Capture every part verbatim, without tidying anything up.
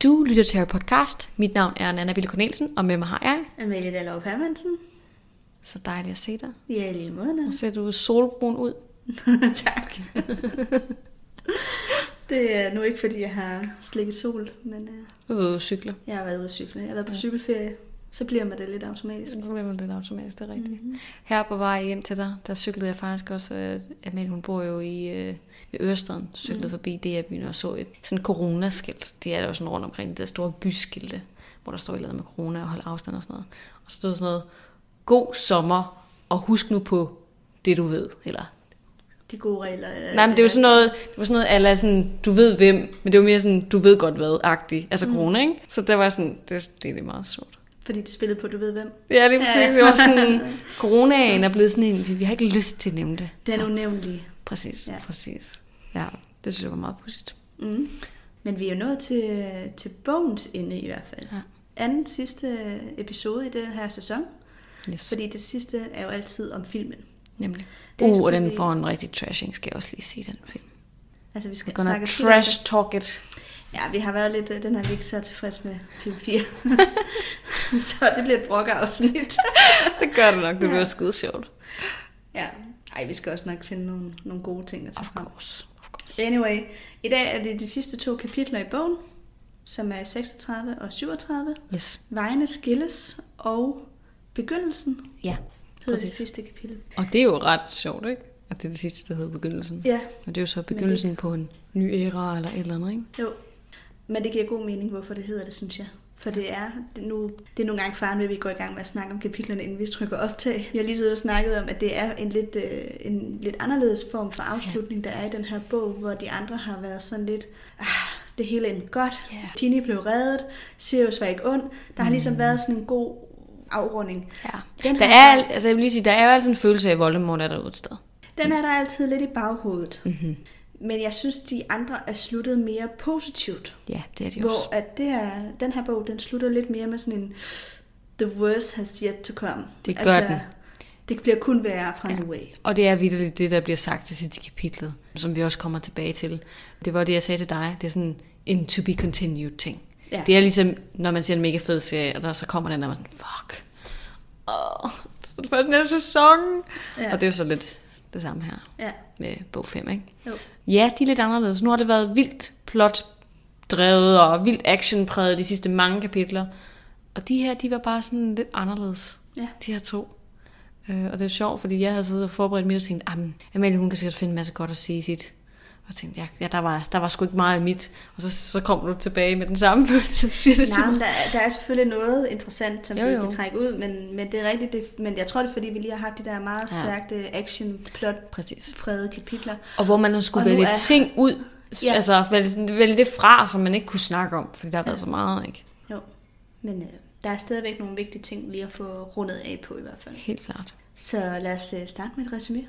Du lytter til Harry Podcast. Mit navn er Nanna Bille Cornelsen, og med mig har jeg... Amalie Dallov Hermansen. Så dejligt at se dig. Ja, lige måde, Nanna. Og ser du solbrun ud. Tak. Det er nu ikke, fordi jeg har slikket sol, men... Du er ude at cykle. Jeg har været ude at cykle. Jeg har været på ja. cykelferie. Så bliver man det lidt automatisk. Så bliver man lidt automatisk, det er rigtigt. Mm-hmm. Her på vej ind til dig, der cyklede jeg faktisk også... Amalie, hun bor jo i øh, Ørestaden. Cyklede mm. forbi D R-byen og så et sådan coronaskilt. Det er der jo sådan rundt omkring de der store byskilte, hvor der står et eller andet med corona og holde afstand og sådan noget. Og så stod sådan noget, god sommer, og husk nu på det, du ved. Eller... De gode regler. Nej, men det var sådan noget, det var sådan noget, eller sådan, du ved hvem, men det var mere sådan, du ved godt hvad-agtigt. Altså mm. corona, ikke? Så det var sådan, det, det er lidt meget sjovt. Fordi de spillede på, du ved hvem. Ja, lige præcis. Ja. Det var sådan, coronaen er blevet sådan en, vi, vi har ikke lyst til at nævne det. Den er unævnlig. Præcis, ja. præcis. Ja, det synes jeg var meget pudsigt. Mm. Men vi er jo nået til, til bogens ende i hvert fald. Ja. Anden sidste episode i den her sæson. Yes. Fordi det sidste er jo altid om filmen. Nemlig. Uh, og den vi... får en rigtig trashing, skal jeg også lige sige, den film. Altså, vi skal snakke snakke trash talk it. Ja, vi har været lidt, den har vi ikke så tilfreds med film fire. Så det bliver et brokafsnit. Det gør det nok, det bliver ja. skide sjovt. Ja, ej, vi skal også nok finde nogle, nogle gode ting at tage of frem. Course. Of course. Anyway, i dag er det de sidste to kapitler i bogen, som er seksogtredive og syvogtredive. Yes. Vejene skilles og begyndelsen. Ja. Hedder det sidste kapitel. Og det er jo ret sjovt, ikke? At det er det sidste, der hedder begyndelsen. Ja. Og det er jo så begyndelsen det... på en ny æra eller et eller andet, ikke? Jo. Men det giver god mening, hvorfor det hedder det, synes jeg. For det er, det, nu, det er nogle gange faren ved, at vi går i gang med at snakke om kapitlerne, inden vi trykker optag. Vi har lige siddet og snakket om, at det er en lidt, øh, en lidt anderledes form for afslutning, der er i den her bog, hvor de andre har været sådan lidt, ah, det hele endte godt. Yeah. Ginny blev reddet, Sirius var ikke ond. Der mm. har ligesom været sådan en god afrunding. Ja. Der er, altså jeg vil lige sige, der er jo altid en følelse af, at Voldemort er derude et sted. Den er der altid lidt i baghovedet. Mm-hmm. Men jeg synes, de andre er sluttet mere positivt. Ja, det er de hvor også. Hvor at det her, den her bog, den slutter lidt mere med sådan en the worst has yet to come. Det gør altså, den. Det bliver kun værre fra ja. nu af. Og det er vitterligt det, der bliver sagt til sidste kapitlet, som vi også kommer tilbage til. Det var det, jeg sagde til dig. Det er sådan en to be continued ting. Ja. Det er ligesom, når man ser en mega fed serie, og der så kommer den der, og man sådan, fuck. Åh, så er det først næste sæson. Ja. Og det er jo så lidt det samme her ja. med bog fem, ikke? Jo. Ja, de er lidt anderledes. Nu har det været vildt plot drevet og vildt actionpræget de sidste mange kapitler. Og de her, de var bare sådan lidt anderledes. Ja. De her to. Øh, og det er sjovt, fordi jeg havde siddet og forberedt mig og tænkt, at Amalie, hun kan sikkert finde en masse godt at sige i sit. Og jeg tænkte, ja, ja der, var, der var sgu ikke meget i mit. Og så, så kom du tilbage med den samme følelse. Siger det Nej, men der, der er selvfølgelig noget interessant, som jo, vi jo. kan trække ud. Men, men det er rigtigt. Det, men jeg tror det er, fordi vi lige har haft de der meget stærkte ja. action-plot-prægede kapitler. Og hvor man skulle vælge er... ting ud. Ja. Altså vælge, vælge det fra, som man ikke kunne snakke om. Fordi der har ja. været så meget, ikke? Jo, men øh, der er stadigvæk nogle vigtige ting lige at få rundet af på i hvert fald. Helt klart. Så lad os øh, starte med et resumé.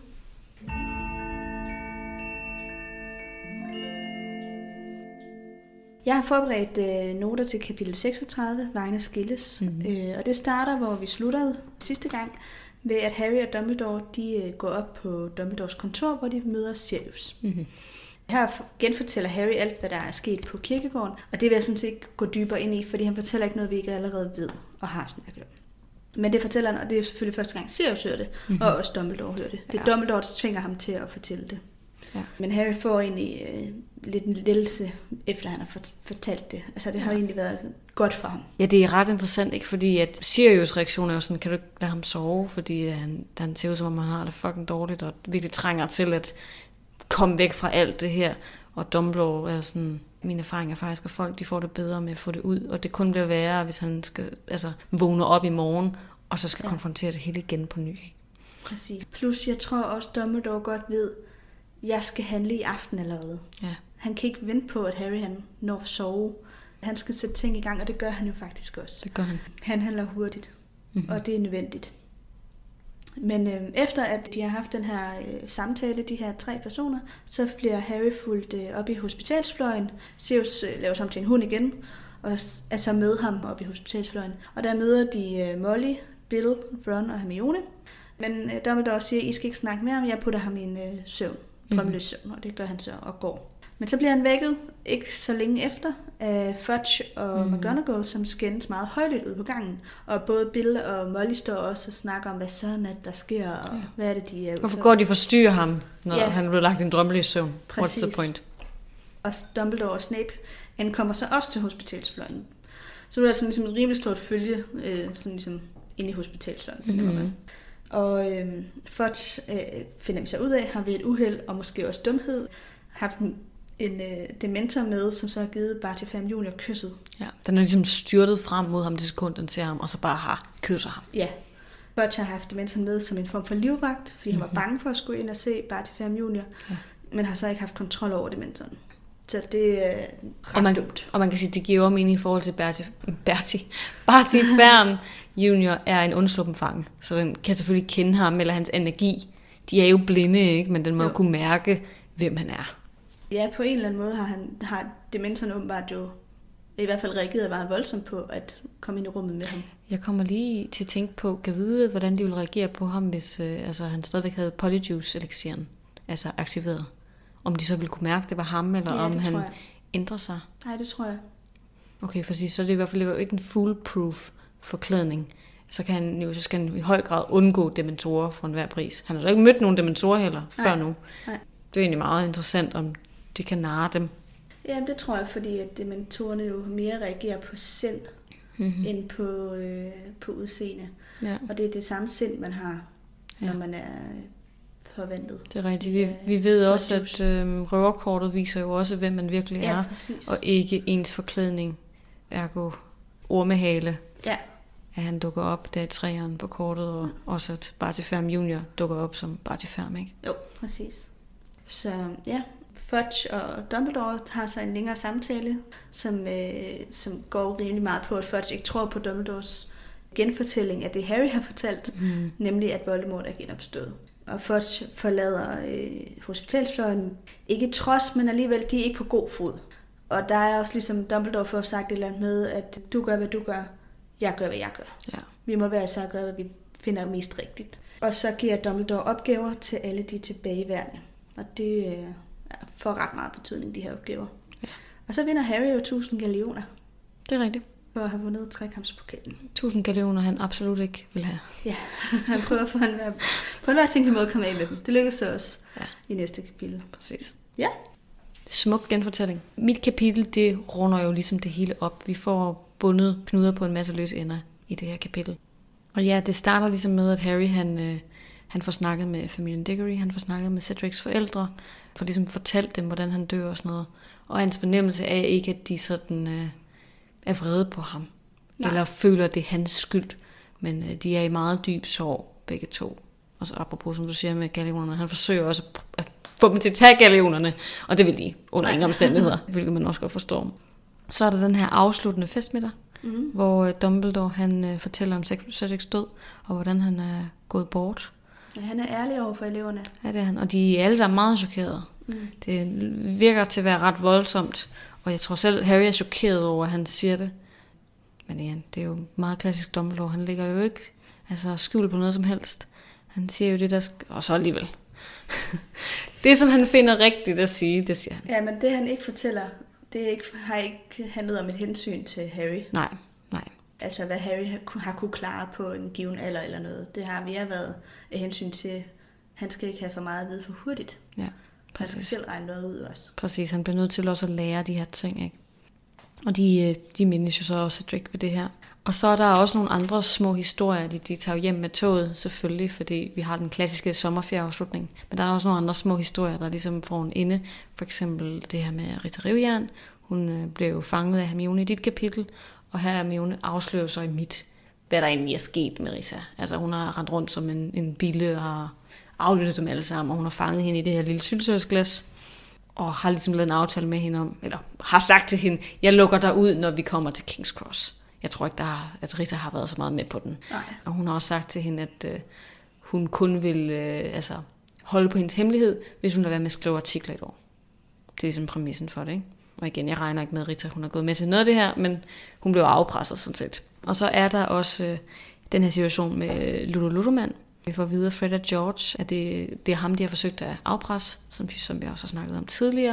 Jeg har forberedt øh, noter til kapitel seksogtredive, Vejene skilles. Mm-hmm. Øh, og det starter, hvor vi sluttede sidste gang, ved at Harry og Dumbledore de, øh, går op på Dumbledores kontor, hvor de møder Sirius. Mm-hmm. Her genfortæller Harry alt, hvad der er sket på kirkegården, og det vil jeg sådan set ikke gå dybere ind i, fordi han fortæller ikke noget, vi ikke allerede ved og har snakket om. Men det fortæller han, og det er jo selvfølgelig første gang Sirius hører det, mm-hmm. og også Dumbledore hører det. Det er ja. Dumbledore, der tvinger ham til at fortælle det. Ja. Men Harry får egentlig øh, lidt en lettelse, efter han har fortalt det. Altså det har ja. egentlig været godt for ham. Ja, det er ret interessant, ikke? Fordi at Sirius reaktion er jo sådan, kan du ikke lade ham sove? Fordi han, han ser ud som om, han har det fucking dårligt, og virkelig trænger til at komme væk fra alt det her. Og Dumbledore er sådan, min erfaring er faktisk, at folk de får det bedre med at få det ud. Og det kun bliver værre, hvis han skal altså, vågne op i morgen, og så skal ja. konfrontere det hele igen på ny. Ikke? Præcis. Plus jeg tror også, Dumbledore godt ved, jeg skal handle i aften allerede. Ja. Han kan ikke vente på, at Harry han når at sove. Han skal sætte ting i gang, og det gør han jo faktisk også. Det gør han. Han handler hurtigt, mm-hmm. og det er nødvendigt. Men øh, efter at de har haft den her øh, samtale, de her tre personer, så bliver Harry fulgt øh, op i hospitalsfløjen. Sirius øh, laver sammen til en hund igen, og er så med ham op i hospitalsfløjen. Og der møder de øh, Molly, Bill, Ron og Hermione. Men øh, Dumbledore siger, I skal ikke snakke med ham, jeg putter ham i en øh, søvn. Drømmeløs søvn, og det gør han så og går. Men så bliver han vækket ikke så længe efter af Fudge og mm. McGonagall, som skændes meget højlydt ud på gangen. Og både Bill og Molly står også og snakker om, hvad sådan at der sker, og ja. hvad er det, de er. Hvorfor går de forstyrrer ham, når ja. han blev lagt i en drømmelig søvn? Præcis. What's the point? Og Dumbledore og Snape ankommer så også til hospitalsfløjen. Så nu er der sådan ligesom et rimelig stort følge, øh, sådan ligesom inde i hospitalsfløjen. Mm-hmm. Og øh, Fudge øh, finder vi sig ud af, har ved et uheld og måske også dumhed, haft en, en øh, dementor med, som så har givet Barty Fam junior kysset. Ja, den er ligesom styrtet frem mod ham det sekund, den ser ham, og så bare har kysser ham. Ja. Fudge har haft dementoren med som en form for livvagt, fordi mm-hmm. han var bange for at skulle ind og se Barty Fam junior, ja. men har så ikke haft kontrol over dementoren. Så det er ret og man, dumt. Og man kan sige, at det giver mening i forhold til Bertie. Bertie. Barty Fam junior er en undsluppen fange, så den kan selvfølgelig kende ham eller hans energi. De er jo blinde, ikke? Men den må jo kunne mærke, hvem han er. Ja, på en eller anden måde har, han, har dementoren åbenbart jo i hvert fald reageret meget voldsomt på at komme ind i rummet med ham. Jeg kommer lige til at tænke på, kan vide, hvordan de ville reagere på ham, hvis øh, altså, han stadigvæk havde Polyjuice-elixieren altså aktiveret. Om de så ville kunne mærke, det var ham, eller ja, om han ændrer sig. Nej, det tror jeg. Okay, for så er det i hvert fald ikke en foolproof forklædning. Så, kan han jo, så skal han i høj grad undgå dementorer for enhver pris. Han har så ikke mødt nogen dementorer heller, før Nej. nu. Nej. Det er egentlig meget interessant, om de kan narre dem. Jamen, det tror jeg, fordi at dementorerne jo mere reagerer på sind, mm-hmm. end på, øh, på udseende. Ja. Og det er det samme sind, man har, ja. når man er forventet. Det er rigtigt. Vi, vi ved også, at øh, røverkortet viser jo også, hvem man virkelig ja, er, præcis. og ikke ens forklædning. Ergo ormehale. Ja. At han dukker op der i træerne på kortet, og mm. også at Barty Fam junior dukker op som Barty Fam, ikke? Jo, præcis. Så ja, Fudge og Dumbledore har så en længere samtale, som, øh, som går rimelig meget på, at Fudge ikke tror på Dumbledores genfortælling af det, Harry har fortalt, mm. nemlig at Voldemort er genopstået. Og Fudge forlader øh, hospitalsfløjen, ikke trods, men alligevel, de er ikke på god fod. Og der er også ligesom Dumbledore får sagt et eller andet med, at du gør, hvad du gør, jeg gør, hvad jeg gør. Ja. Vi må være så gøre, hvad vi finder mest rigtigt. Og så giver Dumbledore opgaver til alle de tilbageværende. Og det øh, får ret meget betydning, de her opgaver. Ja. Og så vinder Harry jo tusind gallioner. Det er rigtigt. For at have vundet trekampspokalen. tusind gallioner, han absolut ikke vil have. Ja, han prøver for en hver, på en hver tænkelig måde at komme af med dem. Det lykkedes så også ja. i næste kapitel. Præcis. Ja. Smuk genfortælling. Mit kapitel, det runder jo ligesom det hele op. Vi får bundet knuder på en masse løse ender i det her kapitel. Og ja, det starter ligesom med, at Harry, han, øh, han får snakket med familien Diggory, han får snakket med Cedrics forældre, får ligesom fortalt dem, hvordan han dør og sådan noget. Og hans fornemmelse er ikke, at de sådan øh, er vrede på ham. Nej. Eller føler, at det er hans skyld. Men øh, de er i meget dyb sorg, begge to. Og så apropos, som du siger med gallionerne, han forsøger også at få dem til at tage gallionerne. Og det vil de under ingen omstændigheder, hvilket man også godt forstår. Så er der den her afsluttende festmiddag, mm-hmm. hvor Dumbledore han øh, fortæller om Cedrics død, og hvordan han er gået bort. Ja, han er ærlig over for eleverne. Ja, det er han. Og de er alle sammen meget chokerede. Mm. Det virker til at være ret voldsomt. Og jeg tror selv, Harry er chokeret over, at han siger det. Men igen, det er jo meget klassisk Dumbledore. Han ligger jo ikke altså, skjult på noget som helst. Han siger jo det, der skal... Og så alligevel. Det, som han finder rigtigt at sige, det siger han. Ja, men det han ikke fortæller, det ikke, har ikke handlet om et hensyn til Harry. Nej, nej. Altså, hvad Harry har, har kunne klare på en given alder eller noget. Det har mere været et hensyn til, han skal ikke have for meget at vide for hurtigt. Ja, præcis. Han skal selv regne noget ud også. Præcis, han bliver nødt til også at lære de her ting, ikke? Og de, de mindes jo så også Cedric ved det her. Og så er der også nogle andre små historier, de, de tager hjem med toget, selvfølgelig, fordi vi har den klassiske sommerferieafslutning. Men der er også nogle andre små historier, der ligesom får en ende. For eksempel det her med Rita Rivjern. Hun blev fanget af Hermione i dit kapitel, og her Hermione afslører så i mit, hvad der egentlig er sket med Rita. Altså hun har rendt rundt som en, en bille og har aflyttet dem alle sammen, og hun har fanget hende i det her lille syltesørsglas. Og har ligesom lavet en aftale med hende om, eller har sagt til hende, jeg lukker dig ud, når vi kommer til King's Cross. Jeg tror ikke, der har, at Rita har været så meget med på den. Nej. Og hun har også sagt til hende, at øh, hun kun vil øh, altså, holde på hendes hemmelighed, hvis hun lader være med at skrive artikler et år. Det er ligesom præmissen for det, ikke? Og igen, jeg regner ikke med, at Rita hun har gået med til noget af det her, men hun blev afpresset sådan set. Og så er der også øh, den her situation med Ludo Ludoman. Vi får videre Fred og George, at det, det er ham, de har forsøgt at afpresse, som, som vi også har snakket om tidligere.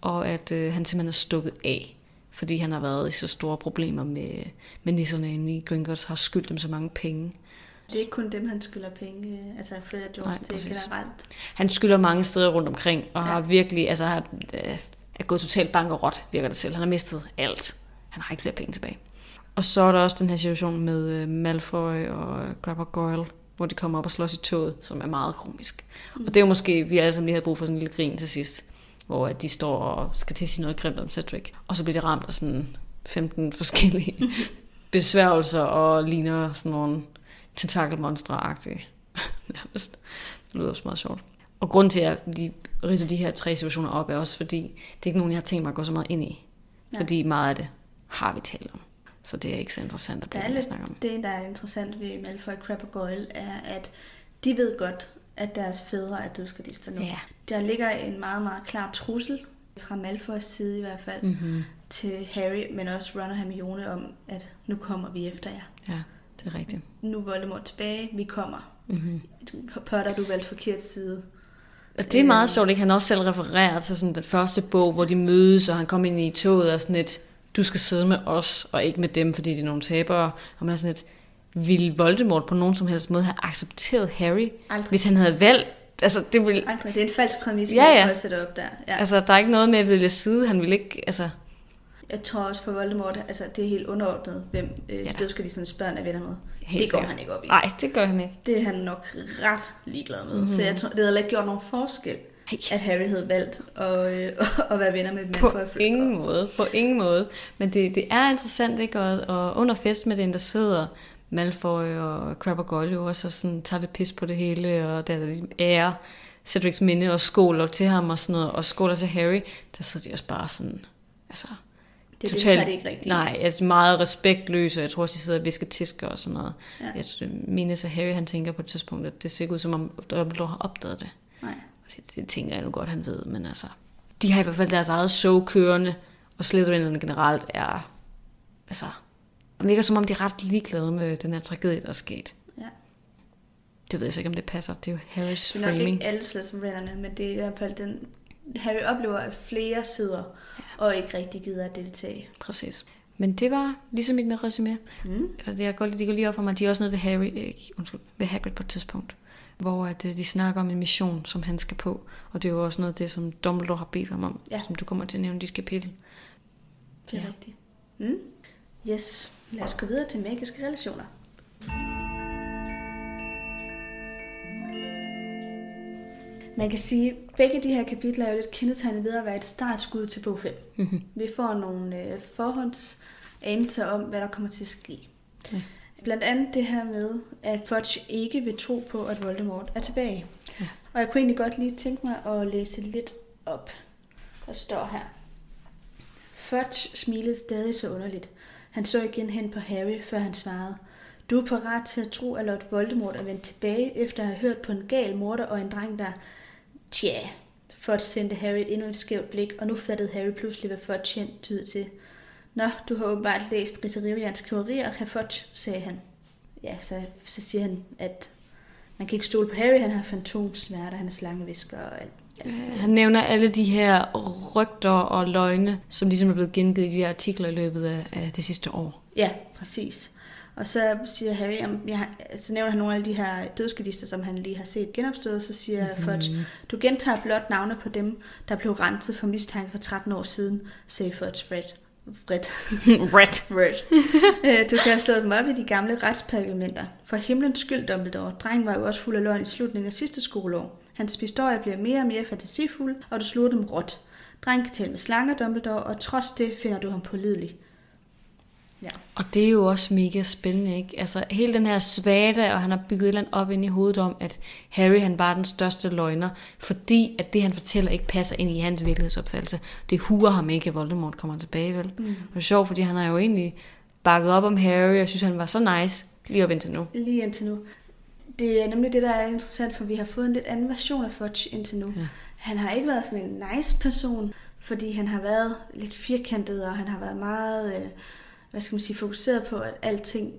og at øh, han simpelthen er stukket af, fordi han har været i så store problemer med, med nisserne inde i Gringotts, har skyldt dem så mange penge. Det er ikke kun dem, han skylder penge, altså Fred og George, det er generelt. Han skylder mange steder rundt omkring, og ja. har virkelig, altså har øh, er gået totalt bankerot, virker det selv. Han har mistet alt. Han har ikke flere penge tilbage. Og så er der også den her situation med øh, Malfoy og Crabbe og Goyle, hvor de kommer op og slås i toget, som er meget komisk. Mm. Og det er jo måske, vi alle sammen lige havde brug for sådan en lille grin til sidst, hvor de står og skal til at sige noget grimt om Cedric, og så bliver de ramt af sådan femten forskellige besværgelser, og ligner sådan nogle tentakelmonstre-agtige. Nærmest. Det lyder også meget sjovt. Og grunden til, at de ridser de her tre situationer op, er også fordi, det er ikke nogen, jeg har tænkt mig at gå så meget ind i. Ja. Fordi meget af det har vi talt om. Så det er ikke så interessant at, at snakke om. Det, der er interessant ved Malfoy, Crabbe og Goyle, er, at de ved godt, at deres fædre er dødsgardister nu. Ja. Der ligger en meget, meget klar trussel, fra Malfoys side i hvert fald, mm-hmm. til Harry, men også Ron og Hermione om, at nu kommer vi efter jer. Ja, det er rigtigt. Nu er Voldemort tilbage, vi kommer. Mm-hmm. Potter, du valgte forkert side. Og det er meget sjovt, ikke? Han også selv refererer til sådan den første bog, hvor de mødes, og han kommer ind i toget og sådan et, du skal sidde med os, og ikke med dem, fordi de er nogle tabere. Og man er sådan et, ville Voldemort på nogen som helst måde have accepteret Harry, Aldrig. hvis han havde valgt? Altså, det ville... Aldrig. Det er en falsk præmis, ja, ja. at sætte op der. Ja. Altså, der er ikke noget med at vælge side. Han ville ikke, altså... Jeg tror også for Voldemort, altså det er helt underordnet, hvem øh, ja. dødsgardisternes børn er venner med. Helt det går sikkert. Han ikke op i. Nej, det gør han ikke. Det er han nok ret ligeglad med. Mm-hmm. Så jeg tror, det havde ikke gjort nogen forskel, hey. at Harry havde valgt at, øh, at være venner med et På ingen måde, på ingen måde. Men det, det er interessant, ikke? Og, og under festmiddagen, der sidder Malfoy og Crabbe og Goyle også og sådan, tager det pis på det hele, og der de ærer Cedrics minde og skåler til ham og sådan noget, og skåler til Harry. Der sidder de også bare sådan, altså... Det, totalt, det tager det ikke rigtigt. Nej, altså meget respektløs, og jeg tror også, de sidder og visker tisker og sådan noget. Ja. Jeg mindes, at Harry han tænker på et tidspunkt, at det ser ikke ud, som om Dumbledore har opdaget det. Nej. Det, det tænker jeg nu godt, han ved, men altså... De har i hvert fald deres eget show kørende, og Slytherinerne generelt er... Altså... Det virker som om, de er ret ligeglade med den her tragedie, der er sket. Ja. Det ved jeg ikke, om det passer. Det er jo Harrys framing. Det er nok ikke alle Slytherinerne, men det er i hvert fald den... Harry oplever af flere sider, ja. og ikke rigtig gider at deltage. Præcis. Men det var ligesom mit med resumé. Mm. Det er godt, de går lige op for mig. De er også nede ved Harry, øh, undskyld, ved Hagrid på et tidspunkt, hvor at, øh, de snakker om en mission, som han skal på. Og det er jo også noget af det, som Dumbledore har bedt ham om, ja. som du kommer til at nævne i dit kapitel. Det er ja. rigtigt. Mm. Yes, lad os gå videre til magiske relationer. Man kan sige, at begge de her kapitler er jo lidt kendetegnet ved at være et startskud til bog fem. Mm-hmm. Vi får nogle øh, forhåndsanelser om, hvad der kommer til at ske. Ja. Blandt andet det her med, at Fudge ikke vil tro på, at Voldemort er tilbage. Ja. Og jeg kunne egentlig godt lige tænke mig at læse lidt op. Der står her. Fudge smilede stadig så underligt. Han så igen hen på Harry, før han svarede. Du er parat til at tro, at Lord Voldemort er vendt tilbage, efter at have hørt på en gal morder og en dreng, der... Tja, Fudge sendte Harry et endnu et skævt blik, og nu fattede Harry pludselig, hvad Fudge hentydede til. Nå, du har åbenbart læst Rita Rivians skriverier, herr Fudge, sagde han. Ja, så, så siger han, at man kan ikke stole på Harry, han har fantomsmerter, han har slangevisker og alt. Ja. Han nævner alle de her rygter og løgne, som ligesom er blevet gengivet i de her artikler i løbet af, af det sidste år. Ja, præcis. Og så siger Harry, jeg, så nævner han nogle af de her dødsgardister, som han lige har set genopstået, så siger mm-hmm. Fudge, du gentager blot navne på dem, der blev renset for mistanke for tretten år siden, sagde Fudge Fred. Fred. Red. Red. Du kan have slået dem op i de gamle retspergamenter. For himlens skyld, Dumbledore. Drengen var jo også fuld af løgn i slutningen af sidste skoleår. Hans historie bliver mere og mere fantasifuld, og du sluger dem råt. Drengen kan tale med slanger, Dumbledore, og trods det finder du ham pålidelig. Ja. Og det er jo også mega spændende, ikke? Altså hele den her svada, og han har bygget et eller andet op ind i hovedet om, at Harry han bare er den største løgner, fordi at det han fortæller ikke passer ind i hans virkelighedsopfattelse. Det huer ham ikke, at Voldemort kommer tilbage, vel? Mm. Og det er sjovt, fordi han har jo egentlig bakket op om Harry, og jeg synes han var så nice, lige op indtil nu. Lige indtil nu. Det er nemlig det, der er interessant, for vi har fået en lidt anden version af Fudge indtil nu. Ja. Han har ikke været sådan en nice person, fordi han har været lidt firkantet, og han har været meget... Øh, hvad skal man sige, fokuseret på, at alting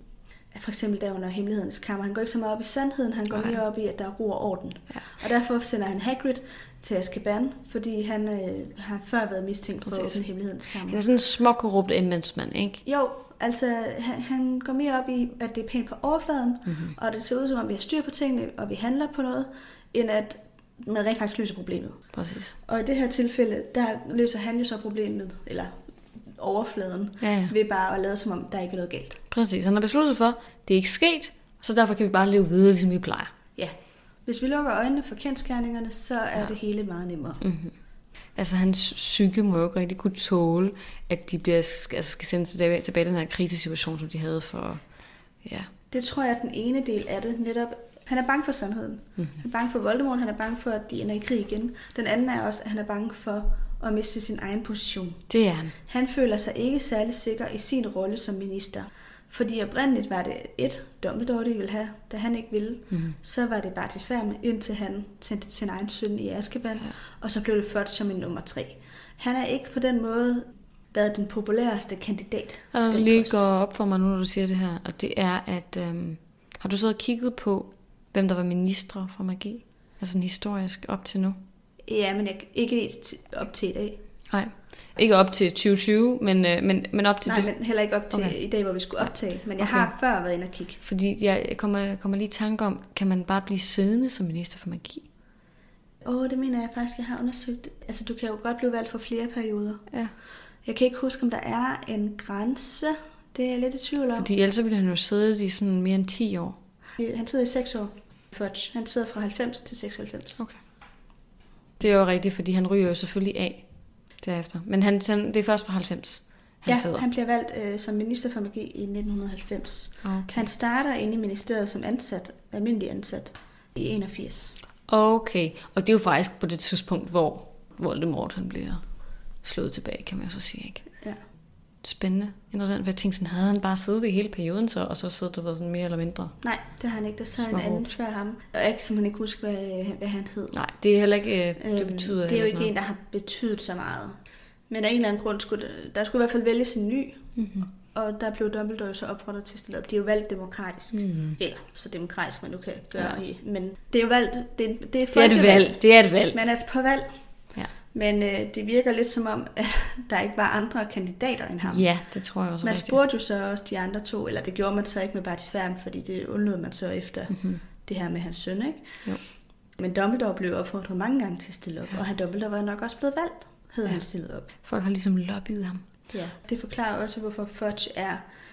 for eksempel der under hemmelighedernes kammer. Han går ikke så meget op i sandheden, han går Nej. mere op i, at der er ro og orden. Ja. Og derfor sender han Hagrid til Azkaban, fordi han øh, har før været mistænkt for at åbne hemmelighedernes kammer. Han er sådan en småkorrupt embedsmand, ikke? Jo, altså han, han går mere op i, at det er pænt på overfladen, Mm-hmm. og det ser ud som om, vi har styr på tingene, og vi handler på noget, end at man rent faktisk løser problemet. Præcis. Og i det her tilfælde, der løser han jo så problemet, eller overfladen, Ja, ja. ved bare at lade som om, der ikke er noget galt. Præcis. Han har besluttet sig for, det er ikke sket, så derfor kan vi bare leve videre, ligesom vi plejer. Ja, hvis vi lukker øjnene for kendskærningerne, så er Ja. det hele meget nemmere. Mm-hmm. Altså hans psyke må jo ikke rigtig kunne tåle, at de bliver, altså, skal sendes tilbage, tilbage i den her krisesituation, som de havde for... Ja. Det tror jeg er den ene del af det. Netop, han er bange for sandheden. Mm-hmm. Han er bange for Voldemort, han er bange for, at de ender i krig igen. Den anden er også, at han er bange for at miste sin egen position. Det er han. Han føler sig ikke særlig sikker i sin rolle som minister. Fordi oprindeligt var det et Dumbledore, de ville have, da han ikke ville. Mm-hmm. Så var det bare til færme, indtil han sendte sin egen søn i Azkaban. Ja. Og så blev det ført som en nummer tre. Han er ikke på den måde været den populæreste kandidat Og til det den lige post. går op for mig nu, når du siger det her, og det er, at øhm, har du siddet og kigget på, hvem der var ministre for magi? Altså sådan historisk op til nu? Ja, men jeg, ikke op til i dag. Nej, ikke op til tyve tyve, men, øh, men, men op til Nej, det. men heller ikke op til Okay. i dag, hvor vi skulle optage. Men jeg Okay. har før været inde og kigge. Fordi jeg kommer, kommer lige i tanke om, kan man bare blive siddende som minister for magi? Åh, oh, det mener jeg faktisk, jeg har undersøgt. Altså, du kan jo godt blive valgt for flere perioder. Ja. Jeg kan ikke huske, om der er en grænse. Det er jeg lidt i tvivl om. Fordi ellers ville han jo sidde i sådan mere end ti år. Han sidder i seks år. Fudge. Han sidder fra halvfems til seksoghalvfems. Okay. Det er jo rigtigt, fordi han ryger jo selvfølgelig af derefter. Men han, han, det er først fra halvfems, han Ja, sidder. han bliver valgt øh, som minister for magi i nitten halvfems. Okay. Han starter inde i ministeriet som ansat, almindelig ansat, i enogfirs. Okay, og det er jo faktisk på det tidspunkt, hvor Voldemort han bliver slået tilbage, kan man jo så sige, ikke? Ja. Spændende. Interessant, for jeg tænkte sådan, havde han bare siddet i hele perioden så, og så siddet der været sådan mere eller mindre? Nej, det har han ikke. Der sad en Småt. anden før ham. Og jeg kan simpelthen ikke huske, hvad, hvad han hed. Nej, det er heller ikke, øh, det Øhm, betyder det er jo heller ikke noget. en, der har betydet så meget. Men af en eller anden grund skulle der, der skulle i hvert fald vælges en ny, Mm-hmm. og der blev Dumbledore så oprettet til stillet op. De er jo valgt demokratisk. Mm-hmm. Eller så demokratisk, man nu kan gøre. Ja. I. Men det er jo valgt, det, det er Det er et folkevalgt. valg, det er et valg. Man er altså på valg. Ja. Men øh, det virker lidt som om, at der ikke var andre kandidater end ham. Ja, det tror jeg også Man rigtigt. spurgte jo så også de andre to, eller det gjorde man så ikke med Barty Færm, fordi det undlod man så efter Mm-hmm. det her med hans søn, ikke? Jo. Men Dumbledore blev opfordret mange gange til at stille op, ja. Og han Dumbledore var nok også blevet valgt, havde Ja. ja. han stillet op. Folk har ligesom lobbyet ham. Ja. Det forklarer også, hvorfor Fudge er,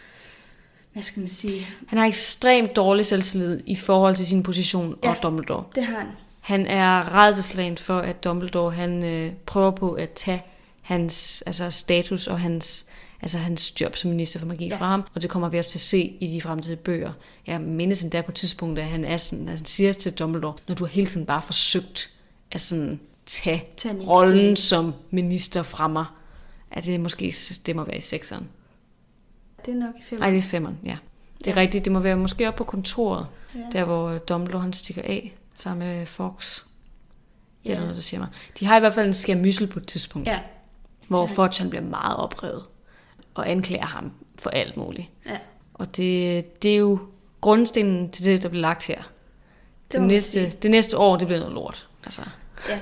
hvad skal man sige, Han har ekstremt dårlig selvtillid i forhold til sin position Ja. og Dumbledore. det har han. Han er rædselsslagen for, at Dumbledore han, øh, prøver på at tage hans altså, status og hans, altså, hans job som minister for magi Ja. fra ham. Og det kommer vi også til at se i de fremtidige bøger. Jeg mindes endda på et tidspunkt, at han, er sådan, at han siger til Dumbledore, når du har hele tiden bare forsøgt at sådan, tage Tag min rollen stilling. som minister fra mig. At det måske det må være i sekseren. Det er nok i fem. Nej, det er femmeren, ja. Det er Ja. rigtigt. Det må være måske op på kontoret, Ja. der hvor Dumbledore han stikker af sammen med Fawkes. Det er Ja. noget, der siger mig. De har i hvert fald en skærmyssel på et tidspunkt, Ja. hvor Ja. Fudge han bliver meget oprevet og anklager ham for alt muligt. Ja. Og det, det er jo grundstenen til det, der bliver lagt her. Det, må man næste, sige. det næste år, det bliver noget lort. Altså, Ja,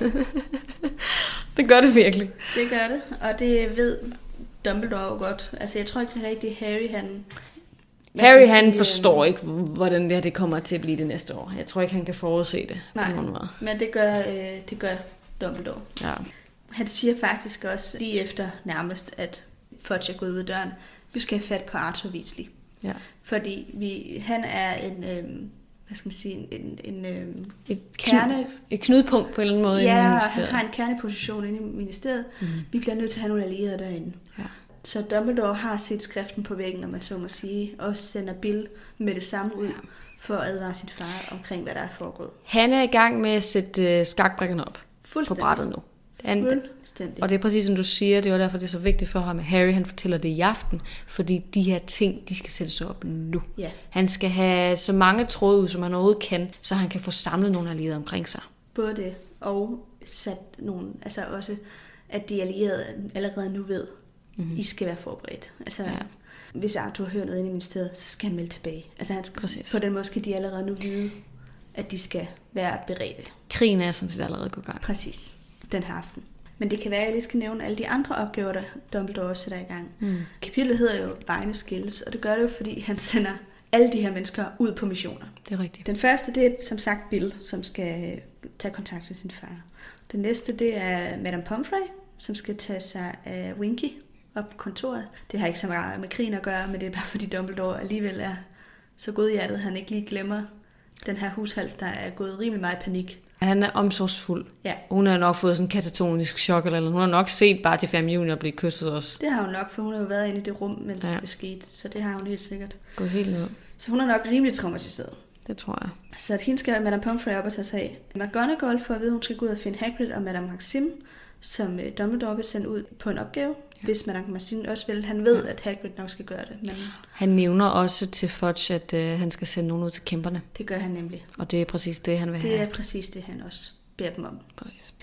det gør det virkelig. det gør det, og det ved Dumbledore jo godt. Altså, jeg tror ikke rigtig, Harry han... hvad Harry skal man han sige, forstår øhm, ikke, hvordan det her det kommer til at blive det næste år. Jeg tror ikke, han kan forudse det Nej. på nogen måde. Men det gør, øh, det gør Dumbledore. Ja. Han siger faktisk også lige efter nærmest, at Fudge er gået ud af døren, vi skal have fat på Arthur Weasley. Ja. Fordi vi, han er en, øhm, hvad skal man sige, en, en øhm, Et, kerne... knud, et knudepunkt på en eller anden måde Ja, inde i og han ministeriet. har en kerneposition inde i ministeriet. Mhm. Vi bliver nødt til at have nogle allierede derinde. Ja. Så Dumbledore har set skriften på væggen, når man så må sige, og sender Bill med det samme ud, for at advare sin far omkring, hvad der er foregået. Han er i gang med at sætte uh, skakbrikkerne op på Fuldstændig. brættet nu. Han, Fuldstændig. og det er præcis som du siger, det er derfor, det er så vigtigt for ham, at Harry han fortæller det i aften, fordi de her ting, de skal sættes op nu. Ja. Han skal have så mange tråde ud, som han overhovedet kan, så han kan få samlet nogle allierede omkring sig. Både det, og sat nogle, altså også, at de allierede allerede nu ved, Mhm. I skal være forberedt. Altså, Ja. hvis Arthur hører noget inde i ministeriet, så skal han melde tilbage. Altså han skal, Præcis. på den måde skal de allerede nu vide, at de skal være beredte. Krigen er sådan set allerede gået i gang. Præcis, den her aften. Men det kan være, at jeg lige skal nævne alle de andre opgaver, der Dumbledore også sætter i gang. Mm. Kapitlet hedder jo Vejen skilles, og det gør det jo, fordi han sender alle de her mennesker ud på missioner. Det er rigtigt. Den første, det er som sagt Bill, som skal tage kontakt til sin far. Den næste, det er Madame Pomfrey, som skal tage sig af Winky op på kontoret. Det har ikke så meget med krigen at gøre, men det er bare fordi Dumbledore alligevel er så godhjertet, at han ikke lige glemmer den her hushalt, der er gået rimelig meget i panik. Han er omsorgsfuld. Ja. Hun har nok fået sådan en katatonisk chok, eller hun har nok set bare til fem junior blive kysset også. Det har hun nok, for hun har jo været inde i det rum, mens ja. det skete, så det har hun helt sikkert. Gå helt ned. Så hun er nok rimelig traumatiseret. Det tror jeg. Så at hende skal Madame Pomfrey op og tage sig af. McGonagall får at vide, at hun skal gå ud og finde Hagrid og Madame Maxime, som Dumbledore vil sende ud på en opgave. Ja. Hvis Madame Maxime også vil. Han ved, at Hagrid nok skal gøre det. Men han nævner også til Fudge, at øh, han skal sende nogen ud til kæmperne. Det gør han nemlig. Og det er præcis det, han vil det have. Det er præcis det, han også beder dem om. Præcis.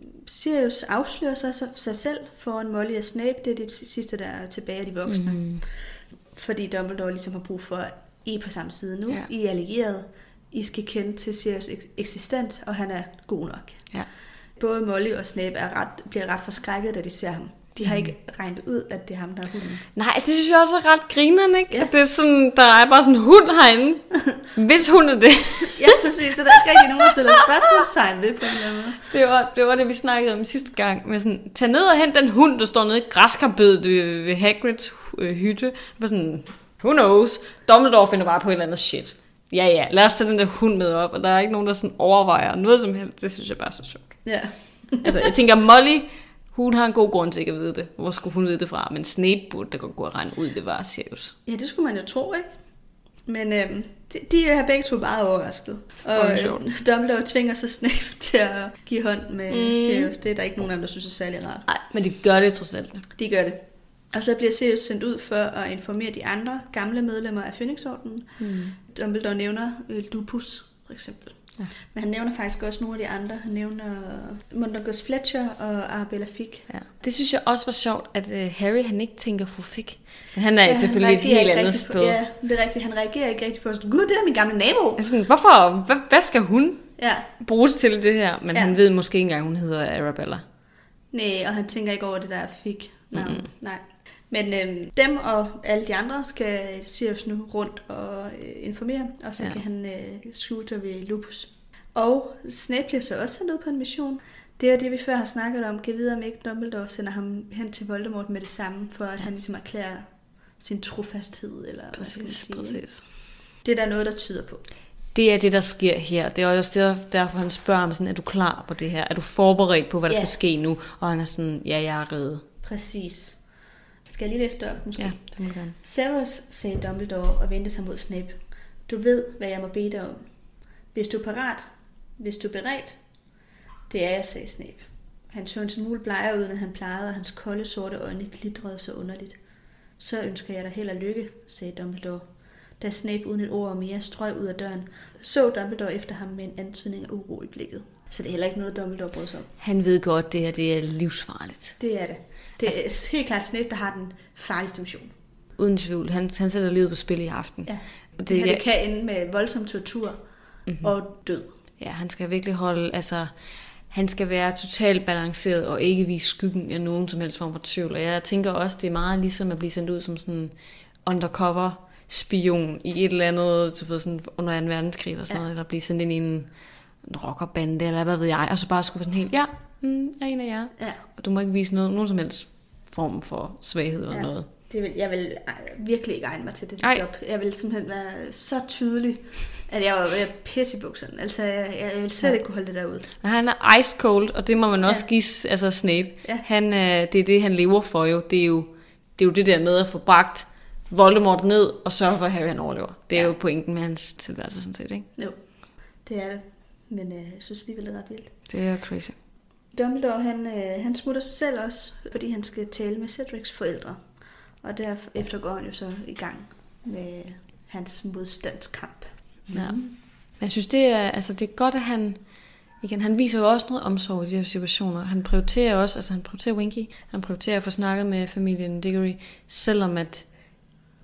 Sirius afslører sig, sig selv foran Molly og Snape. Det er det sidste, der er tilbage af de voksne. Mm-hmm. Fordi Dumbledore ligesom har brug for, at I er på samme side nu. Ja. I er allieret. I skal kende til Sirius eksistens, og han er god nok. Ja. Både Molly og Snape er ret, bliver ret forskrækket, da de ser ham. De har mm. ikke regnet ud, at det er ham, der er hunden. Nej, det synes jeg også er ret grineren, ikke? Ja. At det er sådan, der er bare sådan en hund herinde. Hvis hun er det. Ja, præcis. Så der er ikke rigtig nogen, der stiller spørgsmålstegn ved på den eller måde. Det var, det var det, vi snakkede om sidste gang. Med sådan, tag ned og hent den hund, der står nede i græskarbedet ved, ved Hagrids øh, hytte. Det var sådan, who knows? Dumbledore finder bare på et eller andet shit. Ja, ja, lad os tage den der hund med op. Og der er ikke nogen, der sådan overvejer noget som helst. Det synes jeg bare er så sjovt. Ja. Altså, jeg tænker, Molly, hun har en god grund til ikke at vide det. Hvor skulle hun vide det fra? Men Snape burde da godt gå og regne ud, det var Sirius. Ja, det skulle man jo tro, ikke? Men øhm, de, de er begge to meget overrasket. Og øh, Dumbledore tvinger så Snape til at give hånd med mm. Sirius. Det er der ikke nogen af dem, der synes er særlig rart. Nej, men de gør det trods alt. De gør det. Og så bliver Sirius sendt ud for at informere de andre gamle medlemmer af Phoenix-ordenen. Mm. Dumbledore nævner øh, Lupus, for eksempel. Ja. Men han nævner faktisk også nogle af de andre. Han nævner Mundungus Fletcher og Arabella Figg. Ja. Det synes jeg også var sjovt, at uh, Harry han ikke tænker fru Figg. Men han er ja, selvfølgelig et helt andet sted. På, ja, det er rigtigt. Han reagerer ikke rigtig på, gud, det er min gamle nabo. Sådan, hvorfor? Hvad, hvad skal hun ja. bruges til det her? Men ja. han ved måske ikke engang, hun hedder Arabella. Nej, og han tænker ikke over det der Figg. Mm-hmm. Nej. Men øhm, dem og alle de andre skal Sirius nu rundt og øh, informere, og så ja. kan han øh, skjule sig ved Lupus. Og Snape bliver så også sendt ud på en mission. Det er det, vi før har snakket om. Kan vide, om ikke Dumbledore sender ham hen til Voldemort med det samme, for at ja. han ligesom erklærer sin trofasthed. Eller præcis, hvad skal man sige. præcis. Det er der noget, der tyder på. Det er det, der sker her. Det er også derfor, han spørger ham sådan, er du klar på det her? Er du forberedt på, hvad der ja. skal ske nu? Og han er sådan, ja, jeg er rede. Præcis. Skal jeg lige læse det op, måske? Ja, det må du gerne. Severus, sagde Dumbledore og vendte sig mod Snape. Du ved, hvad jeg må bede dig om. Hvis du er parat, hvis du er beredt. Det er jeg, sagde Snape. Han så en smule bleger ud, end han plejede, og hans kolde, sorte øjne glitrede så underligt. Så ønsker jeg dig held og lykke, sagde Dumbledore. Da Snape uden et ord og mere strøg ud af døren, så Dumbledore efter ham med en antydning af uro i blikket. Så det er heller ikke noget, Dumbledore brød sig om. Han ved godt, at det her det er livsfarligt. Det er det. Det er altså, helt klart Snape, der har den farligste mission. Uden tvivl. Han, han sætter livet på spil i aften. Ja. Det, det, det kan ende med voldsom tortur mm-hmm. og død. Ja, han skal virkelig holde, altså, han skal være totalt balanceret og ikke vise skyggen af nogen som helst form for tvivl. Og jeg tænker også, det er meget ligesom at blive sendt ud som sådan undercover spion i et eller andet, du ved, sådan under anden verdenskrig eller sådan ja. noget, eller blive sendt ind i en, en rockerbande, eller hvad ved jeg, og så bare skulle være sådan helt, ja, mm, jeg er en af jer. Ja. Og du må ikke vise noget, nogen som helst form for svaghed eller ja. noget. Det vil, jeg vil virkelig ikke egne mig til det Ej. job. Jeg vil simpelthen være så tydelig, at jeg var ved at pisse i bukserne. Altså, jeg, jeg ville slet ja. ikke kunne holde det der ud. Han er ice cold, og det må man også ja. give altså Snape. Ja. Han, det er det, han lever for jo. Det er jo det, er jo det der med at få bragt Voldemort ned og sørge for, at Harry han overlever. Det er ja. jo pointen med hans tilværelse sådan set, ikke? Jo, det er det. Men øh, jeg synes alligevel, det er ret vildt. Det er crazy. Dumbledore, han, øh, han smutter sig selv også, fordi han skal tale med Cedrics forældre. Og derefter går han jo så i gang med hans modstandskamp. Ja. Men jeg synes, det er, altså, det er godt, at han... Igen, han viser jo også noget omsorg i de her situationer. Han prioriterer også, altså han prioriterer Winky. Han prioriterer at få snakket med familien Diggory, selvom at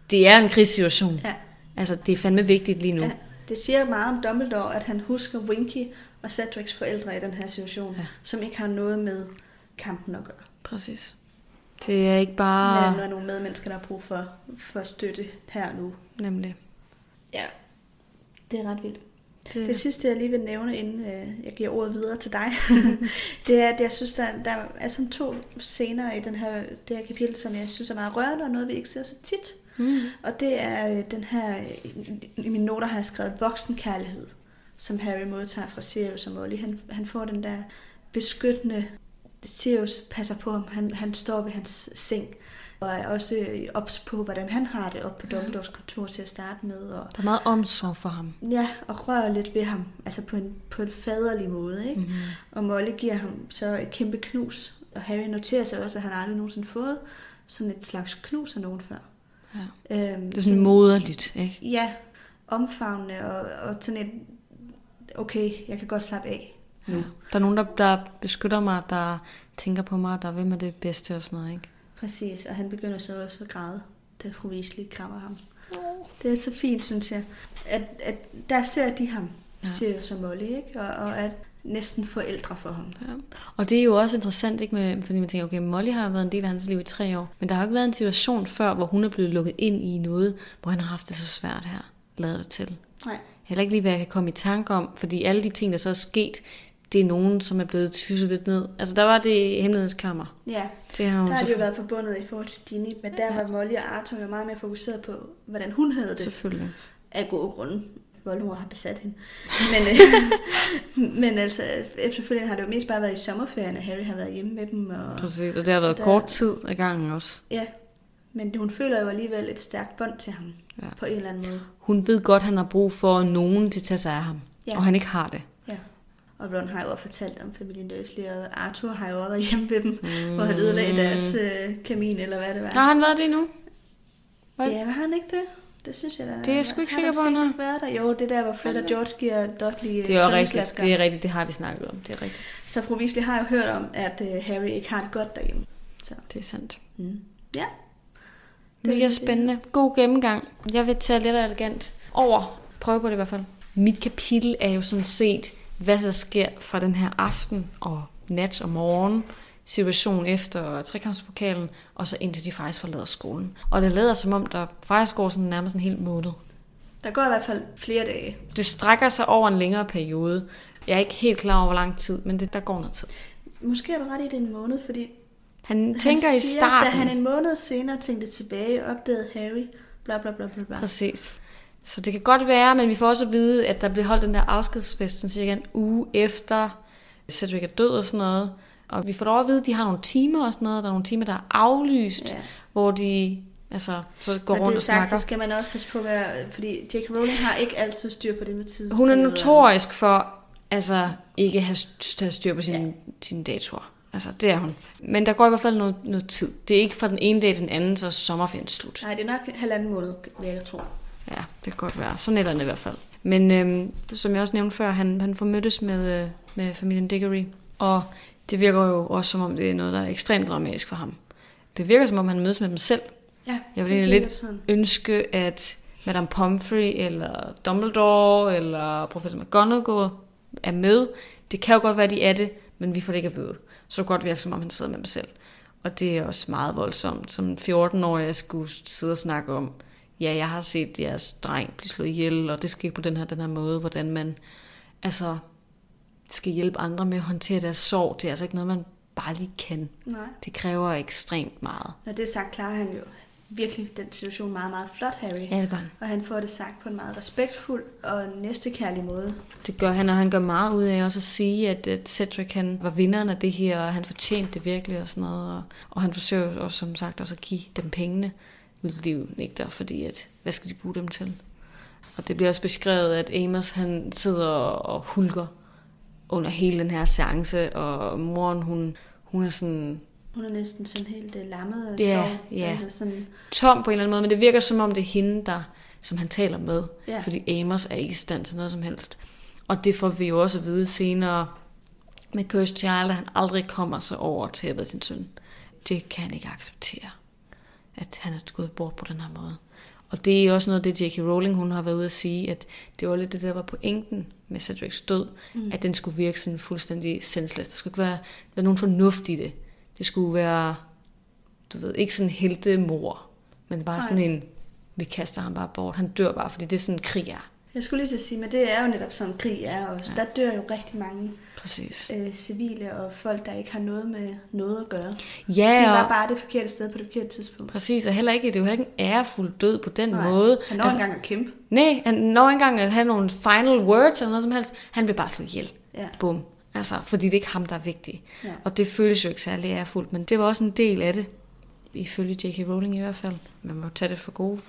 det er en krigssituation. Ja. Altså, det er fandme vigtigt lige nu. Ja. Det siger meget om Dumbledore, at han husker Winky og Cedrics forældre i den her situation, ja. Som ikke har noget med kampen at gøre. Præcis. Det er ikke bare... Men der er nogle medmennesker, der har brug for, for støtte her nu. Nemlig. Ja, det er ret vildt. Det, det sidste, jeg lige vil nævne, inden øh, jeg giver ordet videre til dig, det er, at jeg synes, der, der er sådan to scener i den her, det her kapitel, som jeg synes er meget rørende, og noget, vi ikke ser så tit. Mm. Og det er den her, i mine noter har jeg skrevet voksenkærlighed, som Harry modtager fra Sirius og Molly. Han, han får den der beskyttende, Sirius passer på ham, han, han står ved hans seng, og er også ops på, hvordan han har det oppe på Dumbledores kontor til at starte med. Og, der er meget omsorg for ham. Ja, og rører lidt ved ham, altså på en, på en faderlig måde. Ikke? Mm-hmm. Og Molly giver ham så et kæmpe knus, og Harry noterer sig også, at han aldrig nogensinde fået sådan et slags knus af nogen før. Ja. Øhm, det er sådan moderligt, ikke? Ja, omfavnende og, og sådan et, okay, jeg kan godt slappe af nu. Ja. Der er nogen, der, der beskytter mig, der tænker på mig, der vil med det bedste og sådan noget, ikke? Præcis, og han begynder så også at græde, da fru Weasley krammer ham. Oh. Det er så fint, synes jeg, at, at der ser de ham, ja. Sirius og Molly, ikke? Og, og at næsten forældre for ham. Ja. Og det er jo også interessant, ikke, med, fordi man tænker, okay, Molly har været en del af hans liv i tre år, men der har jo ikke været en situation før, hvor hun er blevet lukket ind i noget, hvor han har haft det så svært her, lader det til. Nej. Heller ikke lige, hvad jeg kan komme i tanke om, fordi alle de ting, der så er sket, det er nogen, som er blevet tysset lidt ned. Altså, der var det hemmelighedskrammer. Ja, det har der har det jo været forbundet i forhold til Ginny, men der ja. var Molly og Arthur jo meget mere fokuseret på, hvordan hun havde det. Selvfølgelig. Af gode grunde. Voldemort har besat hende. Men, øh, men altså, efterfølgende har det jo mest bare været i sommerferien, at Harry har været hjemme med dem. Og, præcis, og det har været der, kort tid ad gangen også. Ja, men hun føler jo alligevel et stærkt bånd til ham, ja. På en eller anden måde. Hun ved godt, at han har brug for nogen til at tage sig af ham, ja. Og han ikke har det. Ja, og Ron har jo også fortalt om familien Dursley, og Arthur har jo også været hjemme ved dem, mm. hvor han ødelagde deres øh, kamin, eller hvad det var. Har han været det nu? Hvad? Ja, var han ikke det? Det synes jeg da. Det er jeg sgu ikke sikker på, han har været der. Jo, det der, hvor Fred og George giver Dudley det er rigtigt, det er rigtigt, det har vi snakket om, det er rigtigt. Så fru Weasley har jo hørt om, at uh, Harry ikke har det godt derhjemme. Så. Det er sandt. Mm. Ja. Det Mega spændende. God gennemgang. Jeg vil tage lidt elegant over. Prøv på det i hvert fald. Mit kapitel er jo sådan set, hvad der sker fra den her aften og nat og morgen, situation efter trekampspokalen, og så indtil de faktisk forlader skolen. Og det lader som om, der faktisk går sådan nærmest en hel måned. Der går i hvert fald flere dage. Det strækker sig over en længere periode. Jeg er ikke helt klar over, hvor lang tid, men det, der går noget tid. Måske er du ret i det en måned, fordi han, han tænker siger, i starten... da han en måned senere tænkte tilbage, opdagede Harry, bla bla bla bla bla. Præcis. Så det kan godt være, men vi får også at vide, at der bliver holdt den der afskedsfest, cirka en uge efter Cedric er død og sådan noget. Og vi får dog at vide, at de har nogle timer og sådan noget. Der er nogle timer, der er aflyst, ja. Hvor de altså, så går rundt og snakker. Og det sagt, så skal man også passe på, hvad, fordi J K Rowling har ikke altid styr på det med tid. Hun er notorisk for altså, ikke at have styr på sine, ja. sine datoer. Altså, det er hun. Men der går i hvert fald noget, noget tid. Det er ikke fra den ene dag til den anden, så er sommerferien slut. Nej, det er nok halvanden måned, vil jeg tro. Ja, det kan godt være. Sådan et eller andet i hvert fald. Men øhm, som jeg også nævnte før, han, han får mødtes med, øh, med familien Diggory. Og det virker jo også som om, det er noget, der er ekstremt dramatisk for ham. Det virker som om, han mødes med dem selv. Ja, jeg vil egentlig lidt sådan. ønske, at Madame Pomfrey, eller Dumbledore, eller Professor McGonagall er med. Det kan jo godt være, de er det, men vi får det ikke at vide. Så det kan godt virke, som om han sidder med dem selv. Og det er også meget voldsomt. Som fjorten-årig, jeg skulle sidde og snakke om, ja, jeg har set jeres dreng blive slået ihjel, og det skete på den her, den her måde, hvordan man altså skal hjælpe andre med at håndtere deres sorg. Det er altså ikke noget, man bare lige kan. Nej. Det kræver ekstremt meget. Når det er sagt, klarer han jo virkelig den situation meget, meget flot, Harry. Ja, det gør han. Og han får det sagt på en meget respektfuld og næstekærlig måde. Det gør han, og han gør meget ud af også at sige, at, at Cedric han var vinderen af det her, og han fortjente det virkelig og sådan noget. Og, og han forsøger også, som sagt, også at give dem pengene, hvilket de jo nægter, fordi at, hvad skal de bruge dem til? Og det bliver også beskrevet, at Amos han sidder og hulker under hele den her seance, og moren, hun, hun er sådan... Hun er næsten sådan helt uh, lammet og ja, sov. Ja, sådan... tom på en eller anden måde, men det virker som om, det er hende, der, som han taler med, ja. Fordi Amos er ikke i stand til noget som helst. Og det får vi jo også at vide senere med Cursed Child, at han aldrig kommer sig over til at være sin søn. Det kan han ikke acceptere, at han er gået bort på den her måde. Og det er også noget, det J K Rowling, hun har været ude at sige, at det var lidt det, der var pointen med Cedrics død, mm. at den skulle virke sådan fuldstændig senseless. Der skulle ikke være, være nogen fornuft i det. Det skulle være, du ved, ikke sådan heltemor, men bare Nej. sådan en, vi kaster ham bare bort. Han dør bare, fordi det er sådan, krig er. Jeg skulle lige så sige, men det er jo netop sådan, krig er også. Ja. Der dør jo rigtig mange Præcis. Øh, civile og folk, der ikke har noget med noget at gøre. Ja, de var og... bare det forkerte sted på det forkerte tidspunkt. Præcis, og heller ikke, det er jo heller ikke en ærefuld død på den Nej, måde. Han når altså, engang at kæmpe. Nej, han når engang at have nogle final words eller noget som helst. Han bliver bare slået ihjel. Ja. Bum. Altså, fordi det er ikke ham, der er vigtig. Ja. Og det føles jo ikke særlig ærefuldt, men det var også en del af det. Ifølge J K Rowling i hvert fald. Man må tage det for gode.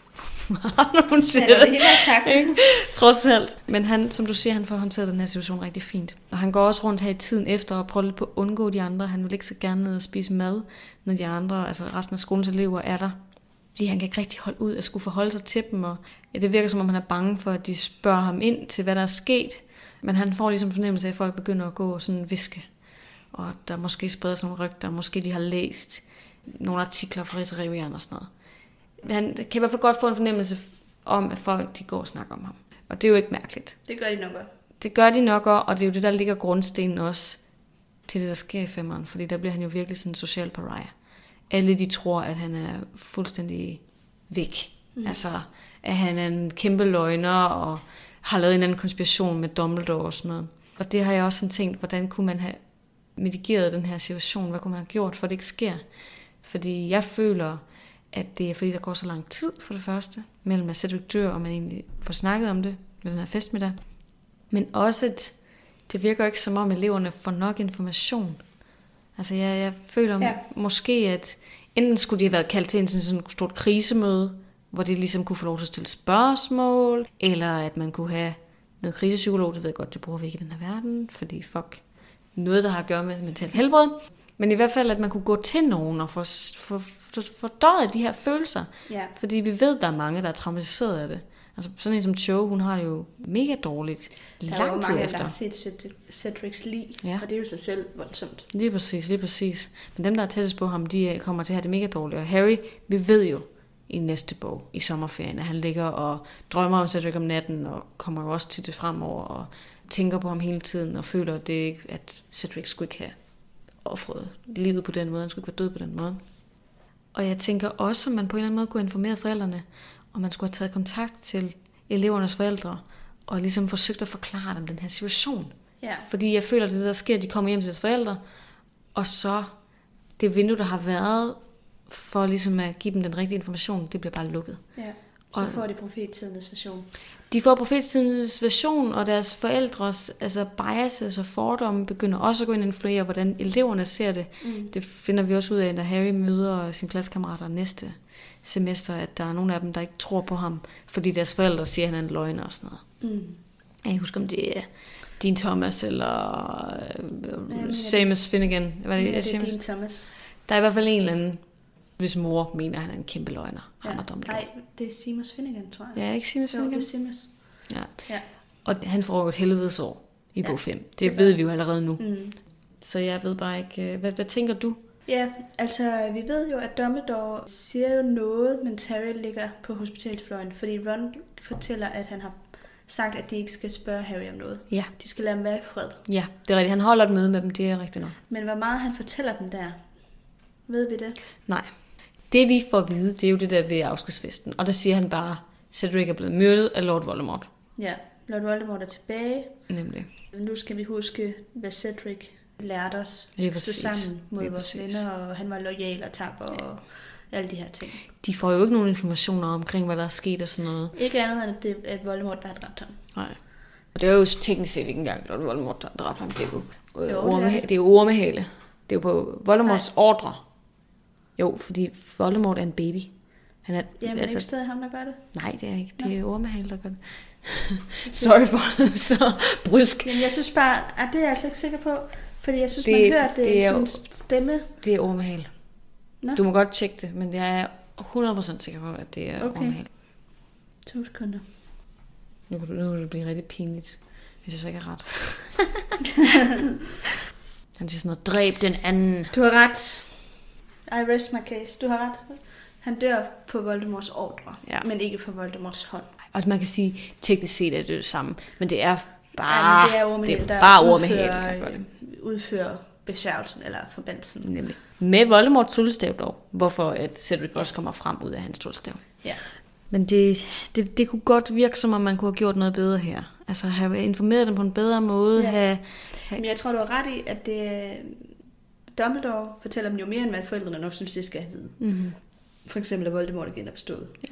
Hun siger ja, det. Det sagt. Trods alt. Men han, som du siger, han får håndteret den her situation rigtig fint. Og han går også rundt her i tiden efter og prøver lidt på at undgå de andre. Han vil ikke så gerne ned og spise mad, når de andre, altså resten af skolens elever er der. Fordi han kan ikke rigtig holde ud at skulle forholde sig til dem. Og ja, det virker som om han er bange for, at de spørger ham ind til, hvad der er sket. Men han får ligesom fornemmelse af, at folk begynder at gå og sådan viske. Og der måske spreder sig nogle rygter, måske de har læst nogle artikler fra Rigsrevieren og sådan noget. Han kan i hvert fald godt få en fornemmelse om, at folk de går og snakker om ham. Og det er jo ikke mærkeligt. Det gør de nok også. Det gør de nok også, og det er jo det, der ligger grundstenen også til det, der sker i femmeren. Fordi der bliver han jo virkelig sådan en social pariah. Alle de tror, at han er fuldstændig væk. Mm. Altså, at han er en kæmpe løgner og har lavet en anden konspiration med Dumbledore og sådan noget. Og det har jeg også sådan tænkt, hvordan kunne man have mitigeret den her situation? Hvad kunne man have gjort, for det ikke sker? Fordi jeg føler, at det er fordi, der går så lang tid for det første, mellem at Cedric dør, og man egentlig får snakket om det med den her festmiddag. Men også, at det virker ikke som om, eleverne får nok information. Altså, jeg, jeg føler ja. måske, at enten skulle de have været kaldt til en sådan et stort krisemøde, hvor de ligesom kunne få lov til at stille spørgsmål, eller at man kunne have noget krisepsykolog, det ved jeg godt, det bruger vi ikke i den her verden, fordi fuck, noget, der har at gøre med mentalt helbred. Men i hvert fald, at man kunne gå til nogen og få for, for, fordøjet de her følelser. Ja. Fordi vi ved, at der er mange, der er traumatiseret af det. Altså sådan en som Cho, hun har det jo mega dårligt lang tid efter. Der er jo mange, der har set Cedrics lig, ja. og det er jo sig selv voldsomt. Lige præcis, lige præcis. Men dem, der er tættest på ham, de kommer til at have det mega dårligt. Og Harry, vi ved jo i næste bog, i sommerferien, at han ligger og drømmer om Cedric om natten, og kommer jo også til det fremover, og tænker på ham hele tiden, og føler, at, det, at Cedric skulle ikke have offret livet på den måde, han skulle ikke være død på den måde. Og jeg tænker også, at man på en eller anden måde kunne informere forældrene, og man skulle have taget kontakt til elevernes forældre, og ligesom forsøgt at forklare dem den her situation. Ja. Fordi jeg føler, at det der sker, at de kommer hjem til deres forældre, og så det vindue, der har været, for ligesom at give dem den rigtige information, det bliver bare lukket. Ja, så får de profettidens version. De får profettidens version, og deres forældres altså biases og fordomme begynder også at gå ind og influere, hvordan eleverne ser det. Mm. Det finder vi også ud af, da Harry møder sine klassekammerater næste semester, at der er nogle af dem, der ikke tror på ham, fordi deres forældre siger, at han er en løgner og sådan noget. Mm. Jeg husker, om det er Dean Thomas eller uh, Seamus Finnegan. Hvad er det, ja, er det er Dean Thomas. Der er i hvert fald en eller anden, hvis mor mener, at han er en kæmpe løgner. Ja. Nej, det er Seamus Finnegan, tror jeg. Ja, ikke Seamus Finnegan? Jo, det er Seamus. Ja. ja. Og han får jo et helvedesår i bog fem. Det, det ved vi jo allerede nu. Mm. Så jeg ved bare ikke, hvad, hvad tænker du? Ja, altså vi ved jo, at Dumbledore siger jo noget, mens Harry ligger på hospitalsfløjen, fordi Ron fortæller, at han har sagt, at de ikke skal spørge Harry om noget. Ja. De skal lade ham være i fred. Ja, det er rigtigt. Han holder et møde med dem, det er rigtigt nok. Men hvor meget han fortæller dem der, ved vi det? Nej. Det vi får at vide, det er jo det der ved afskedsfesten. Og der siger han bare, Cedric er blevet myrdet af Lord Voldemort. Ja, Lord Voldemort er tilbage. Nemlig. Nu skal vi huske, hvad Cedric lærte os. Vi skal stå sammen mod Lige vores præcis. venner, og han var loyal og tapper og alle de her ting. De får jo ikke nogen informationer omkring, hvad der er sket og sådan noget. Ikke andet end, at det er Voldemort, der har dræbt ham. Nej. Og det er jo teknisk set ikke engang Lord Voldemort, der har dræbt ham. Det er jo, jo, orme, det er jo ormehale. Det er jo på Voldemorts Nej. ordre. Jo, fordi Voldemort er en baby. Han er, Jamen, altså, ikke stadig ham, der gør det? Nej, det er ikke. Det er ormehale, der gør det. Sorry for så brysk. Jamen, jeg synes bare, at det er jeg altså ikke sikker på. Fordi jeg synes, det, man hører, at det, det er sådan en stemme. Det er ormehale. Nå? Du må godt tjekke det, men jeg er hundrede procent sikker på, at det er okay. ormehale. To sekunder. Nu kan, du, nu kan det blive rigtig pinligt, hvis jeg så ikke er ret. Han siger sådan noget, dræb den anden. Du har ret. I rest my case. Du har ret. Han dør på Voldemorts ordre, ja. men ikke for Voldemorts hånd. Og man kan sige, teknisk set er det det samme, men det er bare, ja, det er Ormehel, det er bare der udfører, udfører besværgelsen eller forbandelsen. Nemlig. Med Voldemorts tryllestav dog, hvorfor at Cedric også kommer frem ud af hans tryllestav. Ja. Men det, det, det kunne godt virke, som om man kunne have gjort noget bedre her. Altså have informeret dem på en bedre måde. Ja. Have, have... Men jeg tror, du har ret i, at det, Dumbledore fortæller dem jo mere, end hvad forældrene nok synes, det skal have vide. Mm-hmm. For eksempel, at Voldemort er genopstået. Ja.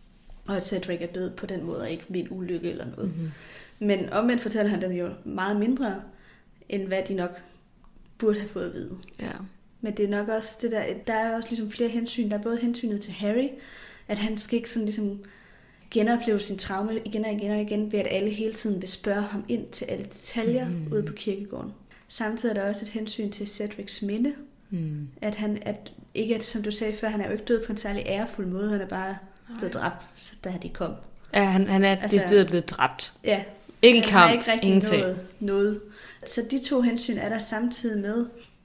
Og at Cedric er død på den måde, og ikke ved en ulykke eller noget. Mm-hmm. Men omvendt fortæller han dem jo meget mindre, end hvad de nok burde have fået at vide. Ja. Men det er nok også det der, der er også ligesom flere hensyn. Der er både hensynet til Harry, at han skal ikke sådan ligesom genopleve sin traume igen og igen og igen, ved at alle hele tiden vil spørge ham ind til alle detaljer mm. ude på kirkegården. Samtidig er der også et hensyn til Cedrics minde, mm. at han, at ikke at, som du sagde før, han er jo ikke død på en særlig ærefuld måde, han er bare blevet dræbt, så da de kom. Ja, han, han er altså, decideret blevet dræbt. Ja. Ikke i kamp, han har ikke rigtig ingenting. Noget, noget. Så de to hensyn er der samtidig med,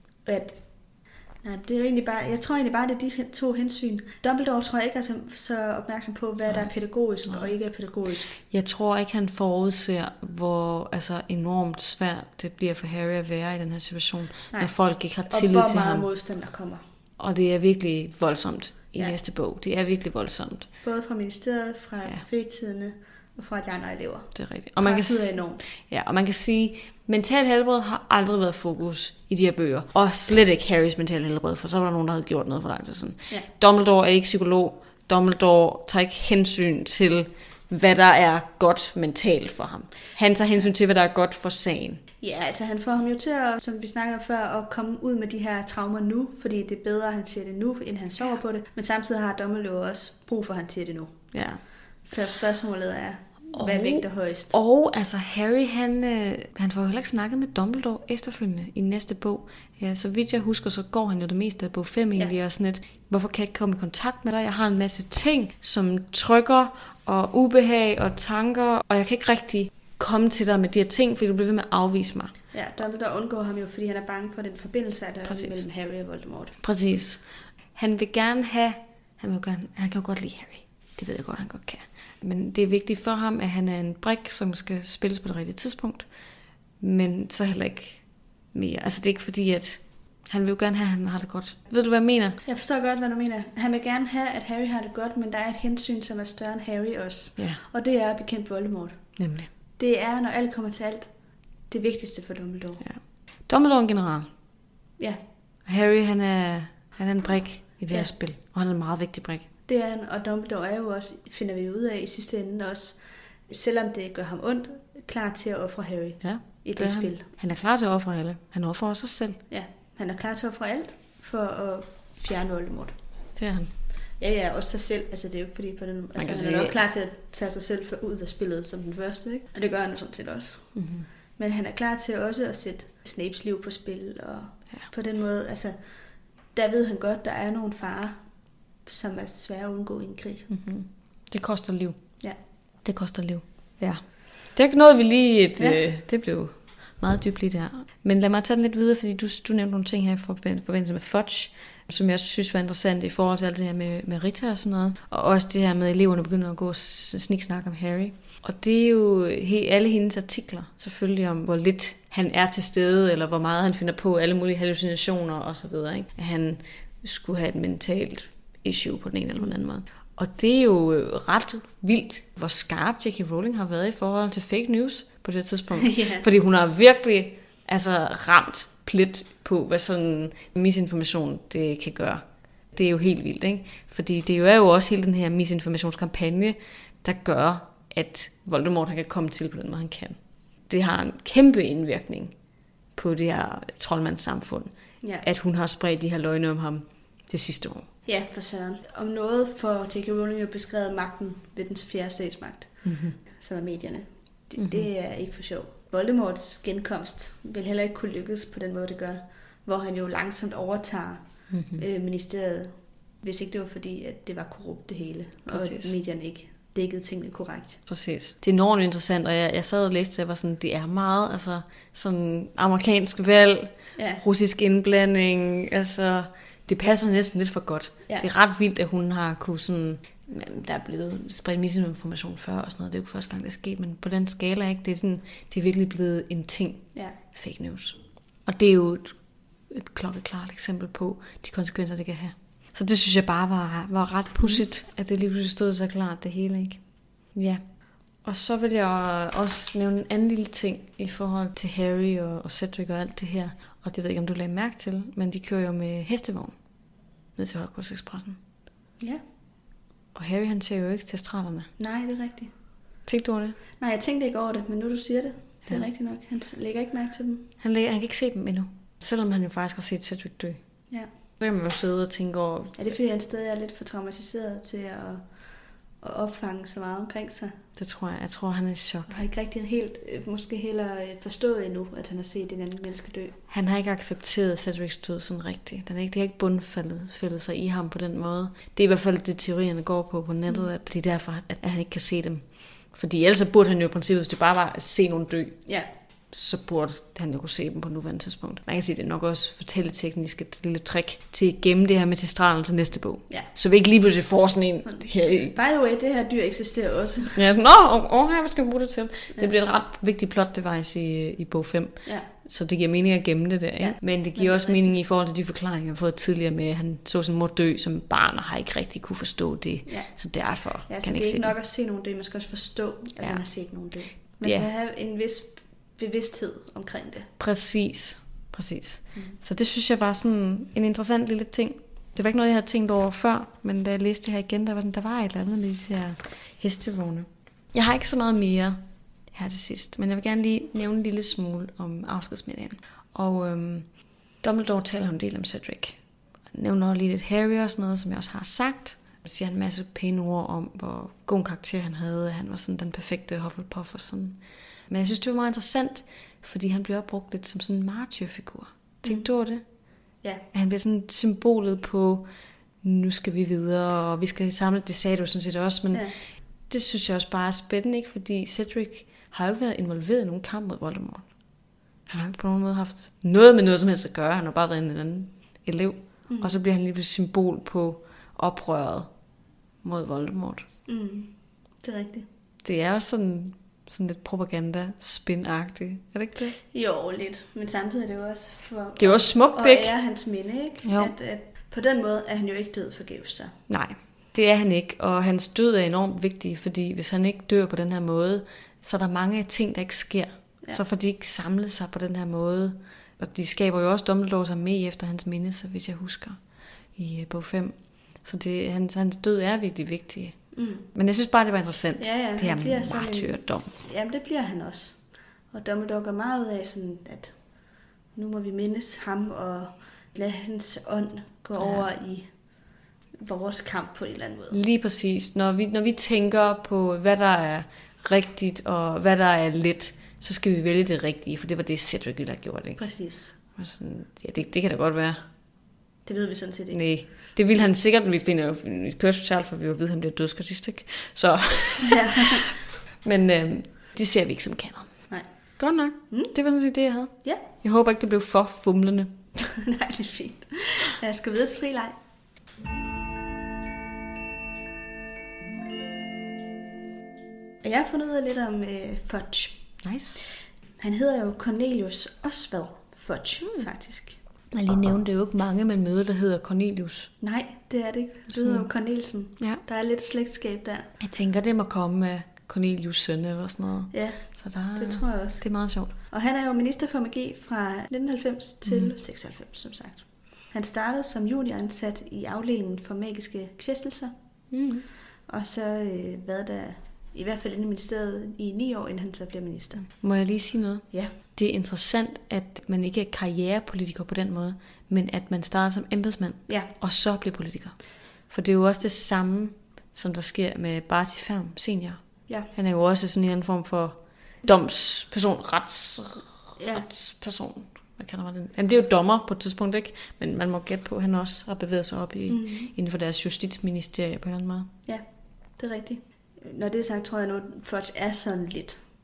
at nej, det er jo egentlig bare, jeg tror egentlig bare, det er de to hensyn. Dumbledore tror jeg ikke er så, så opmærksom på, hvad nej. Der er pædagogisk nej. Og ikke er pædagogisk. Jeg tror ikke, han forudser, hvor altså, enormt svært det bliver for Harry at være i den her situation, nej. Når folk ikke har tillid til ham. Og hvor meget modstand der kommer. Og det er virkelig voldsomt i ja. Næste bog. Det er virkelig voldsomt. Både fra ministeriet, fra ja. Profetiderne og fra de andre elever. Det er rigtigt. Og man kan, enormt. Ja, og man kan sige, mental helbred har aldrig været fokus i de her bøger. Og slet ikke Harrys mental helbred, for så var der nogen, der havde gjort noget for lang tid siden. Ja. Dumbledore er ikke psykolog. Dumbledore tager ikke hensyn til, hvad der er godt mentalt for ham. Han tager hensyn til, hvad der er godt for sagen. Ja, altså han får ham jo til at, som vi snakkede om før, at komme ud med de her traumer nu, fordi det er bedre, at han siger det nu, end han sover på det. Men samtidig har Dumbledore også brug for, at han siger det nu. Ja. Så spørgsmålet er, og, hvad vægter højst? Og altså Harry, han, øh, han får jo heller ikke snakket med Dumbledore efterfølgende i næste bog. Ja, så vidt jeg husker, så går han jo det meste af bog fem egentlig, ja. Og sådan et, hvorfor kan jeg ikke komme i kontakt med dig? Jeg har en masse ting, som trykker og ubehag og tanker, og jeg kan ikke rigtig komme til dig med de her ting, fordi du bliver ved med at afvise mig. Ja, Dumbledore undgår ham jo, fordi han er bange for den forbindelse, der er mellem Harry og Voldemort. Præcis. Han vil gerne have, han, vil gerne, han kan jo godt lide Harry. Det ved jeg godt, han godt kan. Men det er vigtigt for ham, at han er en brik, som skal spilles på det rigtige tidspunkt. Men så heller ikke mere. Altså det er ikke fordi, at han vil jo gerne have, at han har det godt. Ved du, hvad jeg mener? Jeg forstår godt, hvad du mener. Han vil gerne have, at Harry har det godt, men der er et hensyn, som er større end Harry også. Ja. Og det er at bekæmpe Voldemort. Nemlig. Det er, når alt kommer til alt, det vigtigste for Dumbledore. Ja. Dumbledore er en general. Ja. Harry, han er, han er en brik i det ja. Her spil. Og han er en meget vigtig brik. Det er han, og Dumbledore er jo også, finder vi ud af i sidste ende også, selvom det gør ham ondt, klar til at ofre Harry ja, i det, det spil. Han. han er klar til at ofre alle. Han offrer også sig selv. Ja, han er klar til at ofre alt for at fjerne Voldemort. Det er han. Ja, ja, også sig selv. Altså, det er jo ikke fordi på den... Altså, han er sige, nok klar til at tage sig selv for ud af spillet som den første, ikke? Og det gør han jo sådan set også. Mm-hmm. Men han er klar til også at sætte Snapes liv på spil, og ja. På den måde, altså, der ved han godt, der er nogle farer, som er svære at undgå i en krig. Mm-hmm. Det koster liv. Ja. Det koster liv. Ja. Det er ikke noget, vi lige... Et, ja. øh, det blev meget dybt lige der. Men lad mig tage den lidt videre, fordi du, du nævnte nogle ting her i forbindelse med Fudge, som jeg også synes var interessant i forhold til alt det her med, med Rita og sådan noget. Og også det her med, at eleverne begynder at gå og sniksnakke om Harry. Og det er jo he, alle hendes artikler, selvfølgelig om, hvor lidt han er til stede, eller hvor meget han finder på, alle mulige hallucinationer og så videre. Ikke? At han skulle have et mentalt issue på den ene eller den anden måde. Og det er jo ret vildt, hvor skarp J K Rowling har været i forhold til fake news på det tidspunkt. Yeah. Fordi hun har virkelig altså, ramt plet på, hvad sådan misinformation det kan gøre. Det er jo helt vildt, ikke? Fordi det er jo også hele den her misinformationskampagne, der gør, at Voldemort han kan komme til på den måde, han kan. Det har en kæmpe indvirkning på det her troldmandssamfund, yeah. At hun har spredt de her løgne om ham det sidste år. Ja, for søren. Om noget for J K Rowling jo beskrevet magten ved den fjerde statsmagt, mm-hmm. som er medierne. Det, mm-hmm. det er ikke for sjov. Voldemorts genkomst vil heller ikke kunne lykkes på den måde, det gør, hvor han jo langsomt overtager mm-hmm. øh, ministeriet, hvis ikke det var fordi, at det var korrupt det hele, præcis. Og at medierne ikke dækkede tingene korrekt. Præcis. Det er enormt interessant, og jeg, jeg sad og læste, at var sådan, det er meget altså, sådan amerikansk valg, ja. Russisk indblanding, altså det passer næsten lidt for godt. Ja. Det er ret vildt, at hun har kunne sådan... Der er blevet spredt misinformation før og sådan noget. Det er jo ikke første gang, det er sket, men på den skala, ikke? Det er, sådan, det er virkelig blevet en ting. Ja. Fake news. Og det er jo et, et klokkeklart eksempel på de konsekvenser, det kan have. Så det synes jeg bare var, var ret pudsigt, at det lige pludselig stod så klart, det hele, ikke? Ja. Og så vil jeg også nævne en anden lille ting i forhold til Harry og, og Cedric og alt det her. Og det ved jeg ikke, om du lagde mærke til, men de kører jo med hestevogn ned til Hogwarts Expressen. Ja. Og Harry, han ser jo ikke til straterne. Nej, det er rigtigt. Tænkte du over det? Nej, jeg tænkte ikke over det, men nu du siger det, det er Ja. rigtigt nok. Han lægger ikke mærke til dem. Han, lægger, han kan ikke se dem endnu, selvom han jo faktisk har set Cedric dø. Ja. Så kan man jo sidde og tænke over... Er det fordi, han stadig er lidt for traumatiseret til at, at opfange så meget omkring sig? Det tror jeg. Jeg tror, han er i chok. Og har ikke rigtig helt, øh, måske heller øh, forstået endnu, at han har set en anden menneske dø. Han har ikke accepteret Cedrics død sådan rigtigt. Den er ikke, det har ikke bundfaldet fældet sig i ham på den måde. Det er i hvert fald det, teorierne går på på nettet, at det er derfor, at han ikke kan se dem. Fordi ellers burde han jo i princippet, hvis det bare var at se nogen dø, Ja. så burde han jo kunne se dem på nuværende tidspunkt. Man kan sige, at det er nok også fortælleteknisk et lille trick til at gemme det her med testralen til næste bog. Ja. Så vi ikke lige pludselig får sådan en her i. By the way, det her dyr eksisterer også. Ja, sådan, åh, åh, her, hvad skal vi bruge det til? Ja. Det bliver et ret vigtigt plot device i, i bog fem. Ja. Så det giver mening at gemme det der, ikke? Ja, Men det giver men det også er mening i forhold til de forklaringer, jeg har fået tidligere med, at han så sin mor dø som barn, og har ikke rigtig kunne forstå det. Ja. Så derfor Ja, så kan det ikke er se ikke nok det. at se nogen dø, man skal også forstå, at Ja. man har set nogen dø. Man Ja. skal have en vis bevidsthed omkring det. Præcis, præcis. Mm. Så det synes jeg var sådan en interessant lille ting. Det var ikke noget, jeg havde tænkt over før, men da jeg læste det her igen, der var, sådan, der var et eller andet med de her hestevogne. Jeg har ikke så meget mere her til sidst, men jeg vil gerne lige nævne en lille smule om afskedsmiddagen. Og øhm, Dumbledore taler en del om Cedric. Han nævner lige lidt Harry og sådan noget, som jeg også har sagt. Han siger en masse pæne ord om, hvor god en karakter han havde. Han var sådan den perfekte Hufflepuff og sådan. Men jeg synes, det var meget interessant, fordi han bliver brugt lidt som sådan en martyrfigur. Tænkte du over det? Ja. At han bliver sådan symbolet på, nu skal vi videre, og vi skal samle, det sagde du sådan set også, men Ja. det synes jeg også bare er spændende, ikke? Fordi Cedric har jo ikke været involveret i nogen kamp mod Voldemort. Han har ikke på nogen måde haft noget med noget som helst at gøre, han har bare været en anden elev, mm. og så bliver han lige pludselig symbol på oprøret mod Voldemort. Mm. Det er rigtigt. Det er også sådan, sådan lidt propaganda-spin-agtigt, er det ikke det? Jo, lidt. Men samtidig er det jo også for Det er jo også smukt, at ikke? ære hans minde, ikke? Jo. At, at på den måde er han jo ikke død forgæves sig. Nej, det er han ikke, og hans død er enormt vigtig, fordi hvis han ikke dør på den her måde, så er der mange ting, der ikke sker. Ja. Så får de ikke samlet sig på den her måde. Og de skaber jo også Dumbledore sig med efter hans minde, så vidt jeg husker, i uh, bog fem. Så det, hans, hans død er virkelig vigtig. Mm. Men jeg synes bare, det var interessant. Ja, ja, det han bliver her sådan en- martyrdom. Jamen, det bliver han også. Og Dumbledore går meget ud af sådan, at nu må vi mindes ham og lade hans ånd gå Ja. over i vores kamp på en eller anden måde. Lige præcis. Når vi, når vi tænker på, hvad der er rigtigt og hvad der er let, så skal vi vælge det rigtige, for det var det, Cedric ville have gjort, ikke? Præcis. Og sådan, ja, det, det kan da godt være. Det ved vi sådan set ikke. Nej, det ville han sikkert, vi finder jo et kørselstal, for vi jo ved, at han bliver dødskartist, ikke? Så, Ja. men øh, det ser vi ikke som kanon. Nej. Godt nok. Mm. Det var sådan set det, jeg havde. Ja. Jeg håber ikke, det blev for fumlende. Nej, det er fint. Jeg skal videre til frileg. Jeg har fundet ud af lidt om øh, Fudge. Nice. Han hedder jo Cornelius Oswald Fudge, mm. faktisk. Jeg lige nævnte, det er jo ikke mange, man møder, der hedder Cornelius. Nej, det er det ikke. Det hedder jo Cornelsen. Ja. Der er lidt slægtskab der. Jeg tænker, det må komme med Cornelius søn eller sådan noget. Ja, Så der, det tror jeg også. det er meget sjovt. Og han er jo minister for magi fra nitten halvfems til mm. seksoghalvfems, som sagt. Han startede som junioransat i afdelingen for magiske kvæstelser, Mm. og så øh, været der i hvert fald inde i ministeriet i ni år, inden han så bliver minister. Må jeg lige sige noget? Ja, Det er interessant, at man ikke er karrierepolitiker på den måde, men at man starter som embedsmand, ja, og så bliver politiker. For det er jo også det samme, som der sker med Barty Færm senior. ja, Han er jo også sådan en anden form for domsperson, rets, ja. retsperson. Hvad kalder man det? Han bliver jo dommer på et tidspunkt, ikke? Men man må gætte på, at han også har bevæget sig op i, Mm. inden for deres justitsministerie på en eller anden måde. Ja, det er rigtigt. Når det er sagt, tror jeg nu, at Fudge er sådan lidt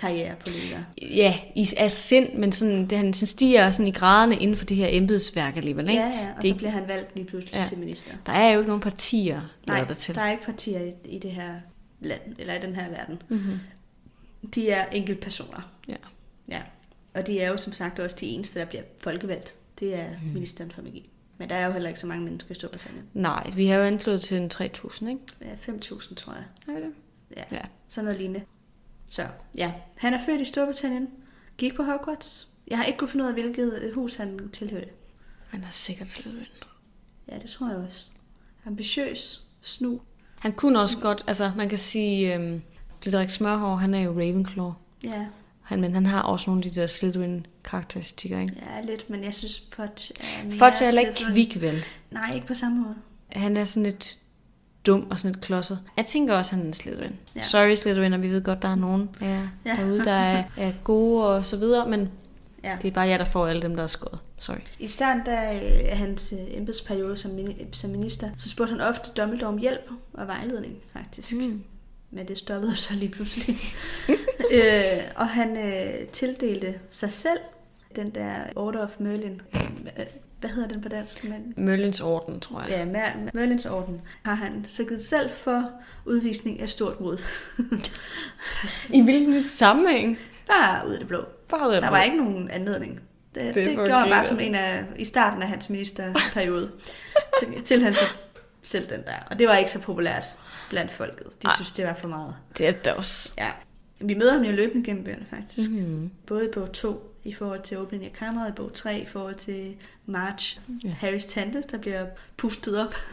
karrierepolitiker. Ja, i af sind, men sådan, det, han sådan stiger sådan i graderne inden for det her embedsværk alligevel, ikke? Ja, ja, og det, så bliver han valgt lige pludselig ja. til minister. Der er jo ikke nogen partier, Nej, der til. der er ikke partier i, i det her land, eller i den her verden. Mm-hmm. De er enkeltpersoner. Ja. Ja. Og de er jo som sagt også de eneste, der bliver folkevalgt. Det er mm. ministeren for magi. Men der er jo heller ikke så mange mennesker i Storbritannien. Nej, vi har jo anslået til en tre tusind, ikke? Ja, fem tusind, tror jeg. Er det? Ja, ja. Sådan noget lignende. Så, ja. Han er født i Storbritannien. Gik på Hogwarts. Jeg har ikke kunnet finde ud af, hvilket hus han tilhørte. Han er sikkert Slytherin. Ja, det tror jeg også. Ambitiøs, snu. Han kunne også godt, altså man kan sige, øhm, Glitterik Smørhår, han er jo Ravenclaw. Ja. Han, men han har også nogle af de der Slytherin-karakteristikker, ikke? Ja, lidt, men jeg synes, Fudge er mere... Fudge er heller ikke kvik, vel? Nej, ikke på samme måde. Han er sådan lidt dum og sådan lidt klodset. Jeg tænker også, at han er en Slytherin. Ja. Sorry Slytherin, og vi ved godt, der er nogen ja, ja. derude, der er, er gode og så videre, men ja. det er bare jer, der får alle dem, der er skåret. Sorry. I starten der af hans embedsperiode som, som minister, så spurgte han ofte Dumbledore om hjælp og vejledning, faktisk. Mm. Men det stoppede så lige pludselig. øh, og han øh, tildelte sig selv den der Order of Merlin. Hvad hedder den på dansk? Merlins Orden, tror jeg. Ja, Mer- Merlins Orden har han sikret selv for udvisning af stort mod. I hvilken sammenhæng? Bare ud af det blå. Bare ud af det blå. Der var ikke nogen anledning. Det, det, det gjorde han bare som en af, i starten af hans ministerperiode. til han selv den der. Og det var ikke så populært blandt folket. De Ej, synes, det var for meget. Det er det også. Ja. Vi møder ham jo løbende gennem bøgerne, faktisk. Mm-hmm. Både i bog to, i forhold til åbningen af kammeret, i bog tre, i forhold til March, ja. Harrys tante, der bliver pustet op.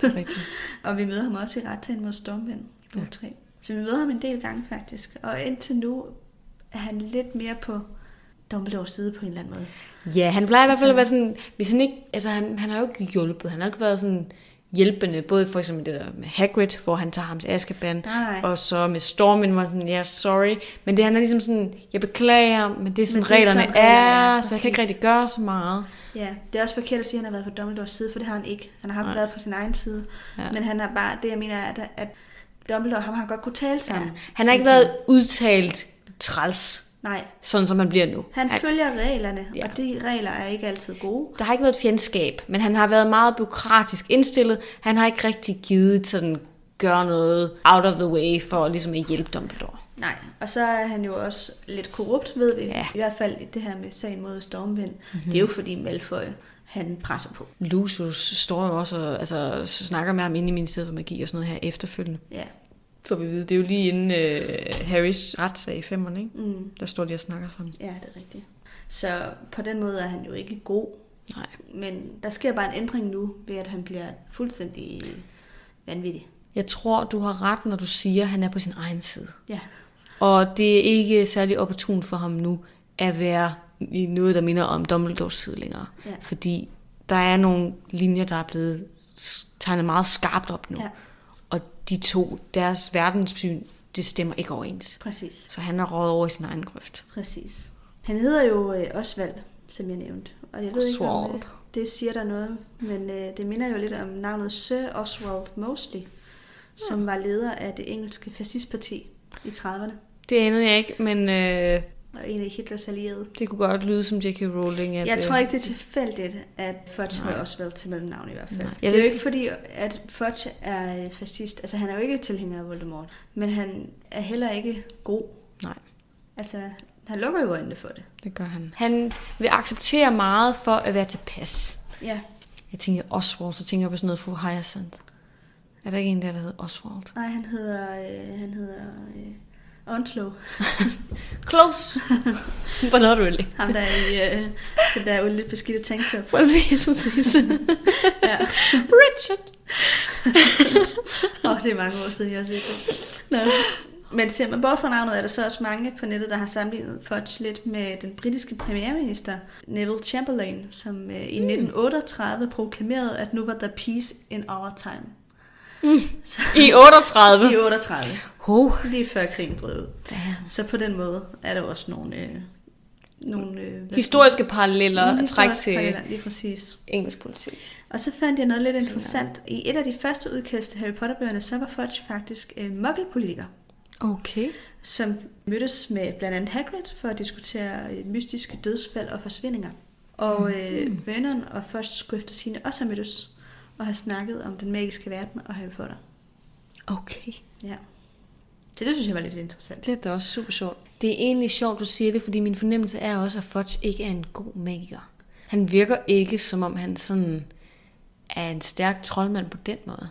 Og vi møder ham også i retssagen mod Stormvind i bog tre. Ja. Så vi møder ham en del gange, faktisk. Og indtil nu er han lidt mere på Dumbledores side på en eller anden måde. Ja, han plejer i hvert fald at være sådan, hvis han ikke, altså han, han har jo ikke hjulpet, han har ikke været sådan hjælpende, både for eksempel det der med Hagrid, hvor han tager ham til Azkaban, nej. Og så med Stormin var sådan, ja, yeah, sorry, men det han er ligesom sådan, jeg beklager, men det er sådan, men det reglerne er, sådan, er, er så jeg kan ikke rigtig gøre så meget. Ja, det er også forkert at sige, at han har været på Dumbledores side, for det har han ikke. Han har været på sin egen side, ja. Men han er bare, det jeg mener er, at, at Dumbledore, ham har godt kunne tale sammen. Ja. Han har ikke været udtalt træls. Nej. Sådan som han bliver nu. Han, han følger reglerne, ja. Og de regler er ikke altid gode. Der har ikke været et fjendskab, men han har været meget bureaukratisk indstillet. Han har ikke rigtig givet sådan gøre noget out of the way for ligesom at hjælpe Dumbledore. Nej, og så er han jo også lidt korrupt, ved vi. Ja. I hvert fald det her med sagen mod Stormvind. Mm-hmm. Det er jo fordi Malfoy, han presser på. Lucius står jo også og altså, snakker med ham inde i Ministeriet for Magi og sådan noget her efterfølgende. Ja. For vi ved, det er jo lige inden uh, Harrys retssag i femmerne, ikke? Mm. Der står de og snakker sammen. Ja, det er rigtigt. Så på den måde er han jo ikke god. Nej. Men der sker bare en ændring nu, ved at han bliver fuldstændig vanvittig. Jeg tror, du har ret, når du siger, at han er på sin egen side. Ja. Og det er ikke særlig opportunt for ham nu at være i noget, der minder om Dumbledores side længere. Ja. Fordi der er nogle linjer, der er blevet tegnet meget skarpt op nu. Ja. Og de to, deres verdenssyn, det stemmer ikke overens. Præcis. Så han er røget over i sin egen grøft. Præcis. Han hedder jo øh, Oswald, som jeg nævnte. Og jeg ved Oswald. ikke, om øh, det siger der noget, men øh, det minder jo lidt om navnet Sir Oswald Mosley, som var leder af det engelske fascistparti i trediverne. Det anede jeg ikke, men øh, og en af Hitlers allierede. Det kunne godt lyde som J K Rowling. At, jeg tror ikke, det er tilfældigt, at Fudge havde også været til mellemnavn i hvert fald. Nej, det er jo ikke fordi, at Fudge er fascist. Altså, han er jo ikke tilhænger af Voldemort. Men han er heller ikke god. Nej. Altså, han lukker jo øjnene for det. Det gør han. Han vil acceptere meget for at være tilpas. Ja. Jeg tænker Oswald, så tænker jeg på sådan noget for Hyacinth. Er der ikke en der, der hedder Oswald? Nej, han hedder... Øh, han hedder øh, Onslow. Close. But not really. Ham der er i øh, den der jo lidt beskidte tanktop. Præcis, præcis. Ja. Richard. Åh, oh, det er mange år siden, jeg har set det. Nå. Men ser man bort fra navnet, er der så også mange på nettet, der har sammenlignet Fudge lidt med den britiske premierminister Neville Chamberlain, som øh, i mm. nitten otteogtredive proklamerede, at nu var der peace in our time. Mm. Så, I otteogtredive? I otteogtredive. Oh. Lige før krigen brød ud. Så på den måde er der også nogle... Øh, nogle øh, historiske paralleller at trække til lige præcis. Engelsk politik. Og så fandt jeg noget lidt interessant. I et af de første udkast til Harry Potter-bøgerne, så var Fudge faktisk øh, muggle-politiker. Okay. som mødtes med blandt andet Hagrid for at diskutere mystiske dødsfald og forsvindinger. Og øh, mm. Vernon og Fudge skulle efter sigende også have mødtes og have snakket om den magiske verden og Harry Potter. Okay. Ja. Så det synes jeg var lidt interessant. Det er da også super sjovt. Det er egentlig sjovt, du siger det, fordi min fornemmelse er også, at Fudge ikke er en god magiker. Han virker ikke, som om han sådan er en stærk troldmand på den måde.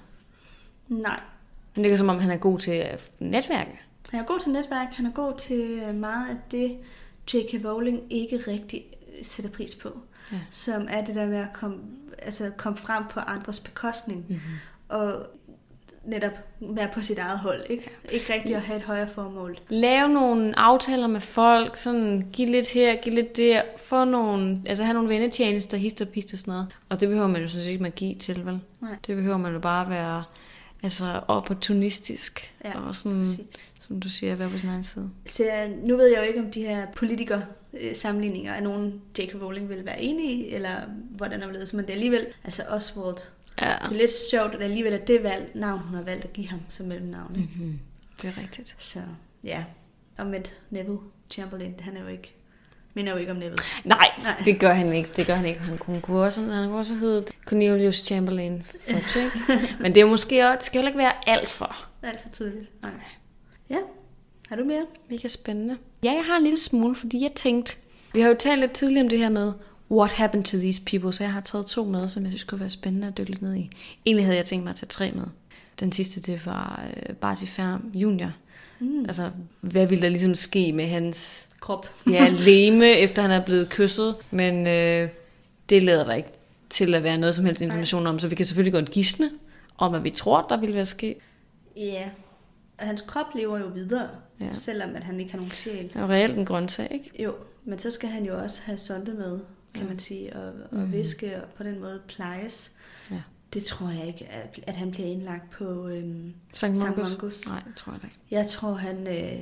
Nej. Han virker, som om han er god til at netværke. Han er god til netværk. Han er god til meget af det, J K. Rowling ikke rigtig sætter pris på. Ja. Som er det der med at komme, altså komme frem på andres bekostning. Mm-hmm. Og netop være på sit eget hold, ikke? Ja. Ikke rigtig at have et højere formål. Lave nogle aftaler med folk, sådan give lidt her, give lidt der, få nogle, altså have nogle vennetjenester, hister og pist og sådan noget. Og det behøver man jo sådan set ikke magi til, vel? Nej. Det behøver man jo bare være altså opportunistisk, ja, og sådan, præcis. Som du siger, være på sin egen side. Så nu ved jeg jo ikke, om de her politikere sammenligninger er nogen J K. Rowling vil være enige i, eller hvordan er det, men det er alligevel, altså Oswald. Ja. Det er lidt sjovt, at alligevel er det valg, navn, hun har valgt at give ham som mellemnavn. Mm-hmm. Det er rigtigt. Så ja, og med Neville Chamberlain, han er jo ikke, minder jo ikke om Neville. Nej, Nej, det gør han ikke. Det gør han ikke. Han kunne, kunne også, han kunne også hedde Cornelius Chamberlain. Fudge, men det er måske også, det skal jo ikke være alt for. Alt for tydeligt. Nej. Ja, har du mere? Mega spændende. Ja, jeg har en lille smule, fordi jeg tænkte, vi har jo talt lidt tidligere om det her med, what happened to these people? Så jeg har taget to med, som jeg synes kunne være spændende at dykke lidt ned i. Egentlig havde jeg tænkt mig at tage tre med. Den sidste, det var øh, Barty Færm junior. Mm. Altså, hvad ville der ligesom ske med hans krop? Ja, leme, efter han er blevet kysset. Men øh, det lader der ikke til at være noget som helst information Nej. om. Så vi kan selvfølgelig godt gisne om, hvad vi tror, der ville være sket. Ja, og hans krop lever jo videre, ja. selvom at han ikke har nogen sjæl. Det er jo reelt en grøntsag, ikke? Jo, men så skal han jo også have sonde med, kan ja. man sige, og, og mm. viske og på den måde plejes. Ja. Det tror jeg ikke, at, at han bliver indlagt på øhm, Sankt Mungus. Mungus. Nej, det tror jeg ikke. Jeg tror, han øh,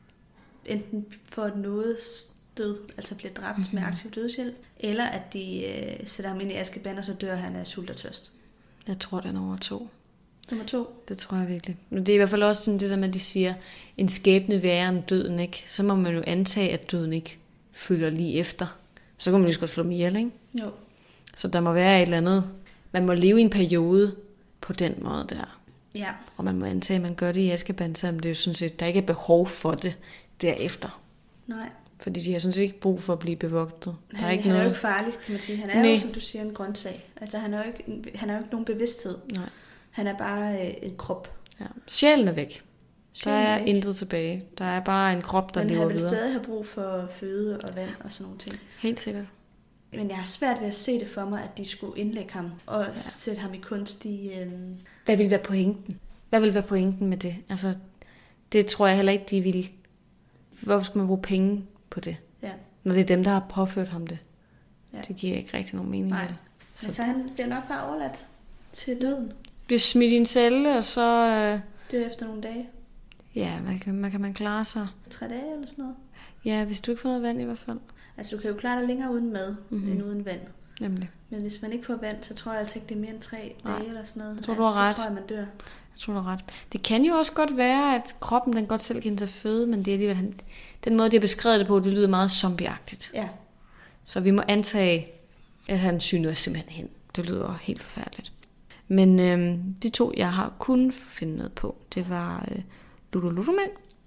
enten får noget død, altså bliver dræbt mm-hmm. med aktiv dødshjælp, eller at de øh, sætter ham ind i Azkaban, og så dør han af sult og tørst. Jeg tror, det er nummer to. Nummer to? Det tror jeg virkelig. Men det er i hvert fald også sådan det der med, at de siger, en skæbne værre end døden, ikke? Så må man jo antage, at døden ikke følger lige efter. Så kan man lige så godt slå dem ihjel, ikke? Jo. Så der må være et eller andet. Man må leve i en periode på den måde der. Ja. Og man må antage, at man gør det i Azkaban, selvom det er jo sådan set, der ikke er behov for det derefter. Nej. Fordi de har sådan set ikke brug for at blive bevogtet. Der han, er ikke han noget... er jo ikke farlig, kan man sige. Han er Nej. jo, som du siger, en grøntsag. Altså, han har jo ikke, han har jo ikke nogen bevidsthed. Nej. Han er bare øh, en krop. Ja. Sjælen er væk. Sjælen der er, er intet tilbage. Der er bare en krop, der Men lever videre. Men han vil stadig have brug for føde og vand og sådan nogle ting. Helt sikkert. Men jeg har svært ved at se det for mig, at de skulle indlægge ham og ja. sætte ham i kunstig... Øh... Hvad vil være pointen? Hvad vil være pointen med det? Altså, det tror jeg heller ikke, de vil. Hvorfor skulle man bruge penge på det? Ja. Når det er dem, der har påført ham det. Ja. Det giver ikke rigtig nogen mening. Nej. Så, så han bliver nok bare overladt til døden. Bliver smidt i en celle, og så... Øh... Dør efter nogle dage. Ja, hvad kan, hvad kan man klare sig? Tre dage eller sådan noget? Ja, hvis du ikke får noget vand i hvert fald. Altså, du kan jo klare dig længere uden mad, mm-hmm. end uden vand. Nemlig. Men hvis man ikke får vand, så tror jeg altså ikke, det er mere end tre Nej. dage eller sådan noget. Jeg tror, du har ret. Så tror jeg, man dør. Jeg tror, du har ret. Det kan jo også godt være, at kroppen den godt selv kan tage føde, men det er alligevel... Den måde, de har beskrevet det på, det lyder meget zombieagtigt. Ja. Så vi må antage, at han syner simpelthen hen. Det lyder helt forfærdeligt. Men øhm, de to, jeg har kun finde noget på, det var øh, Ludo Ludoman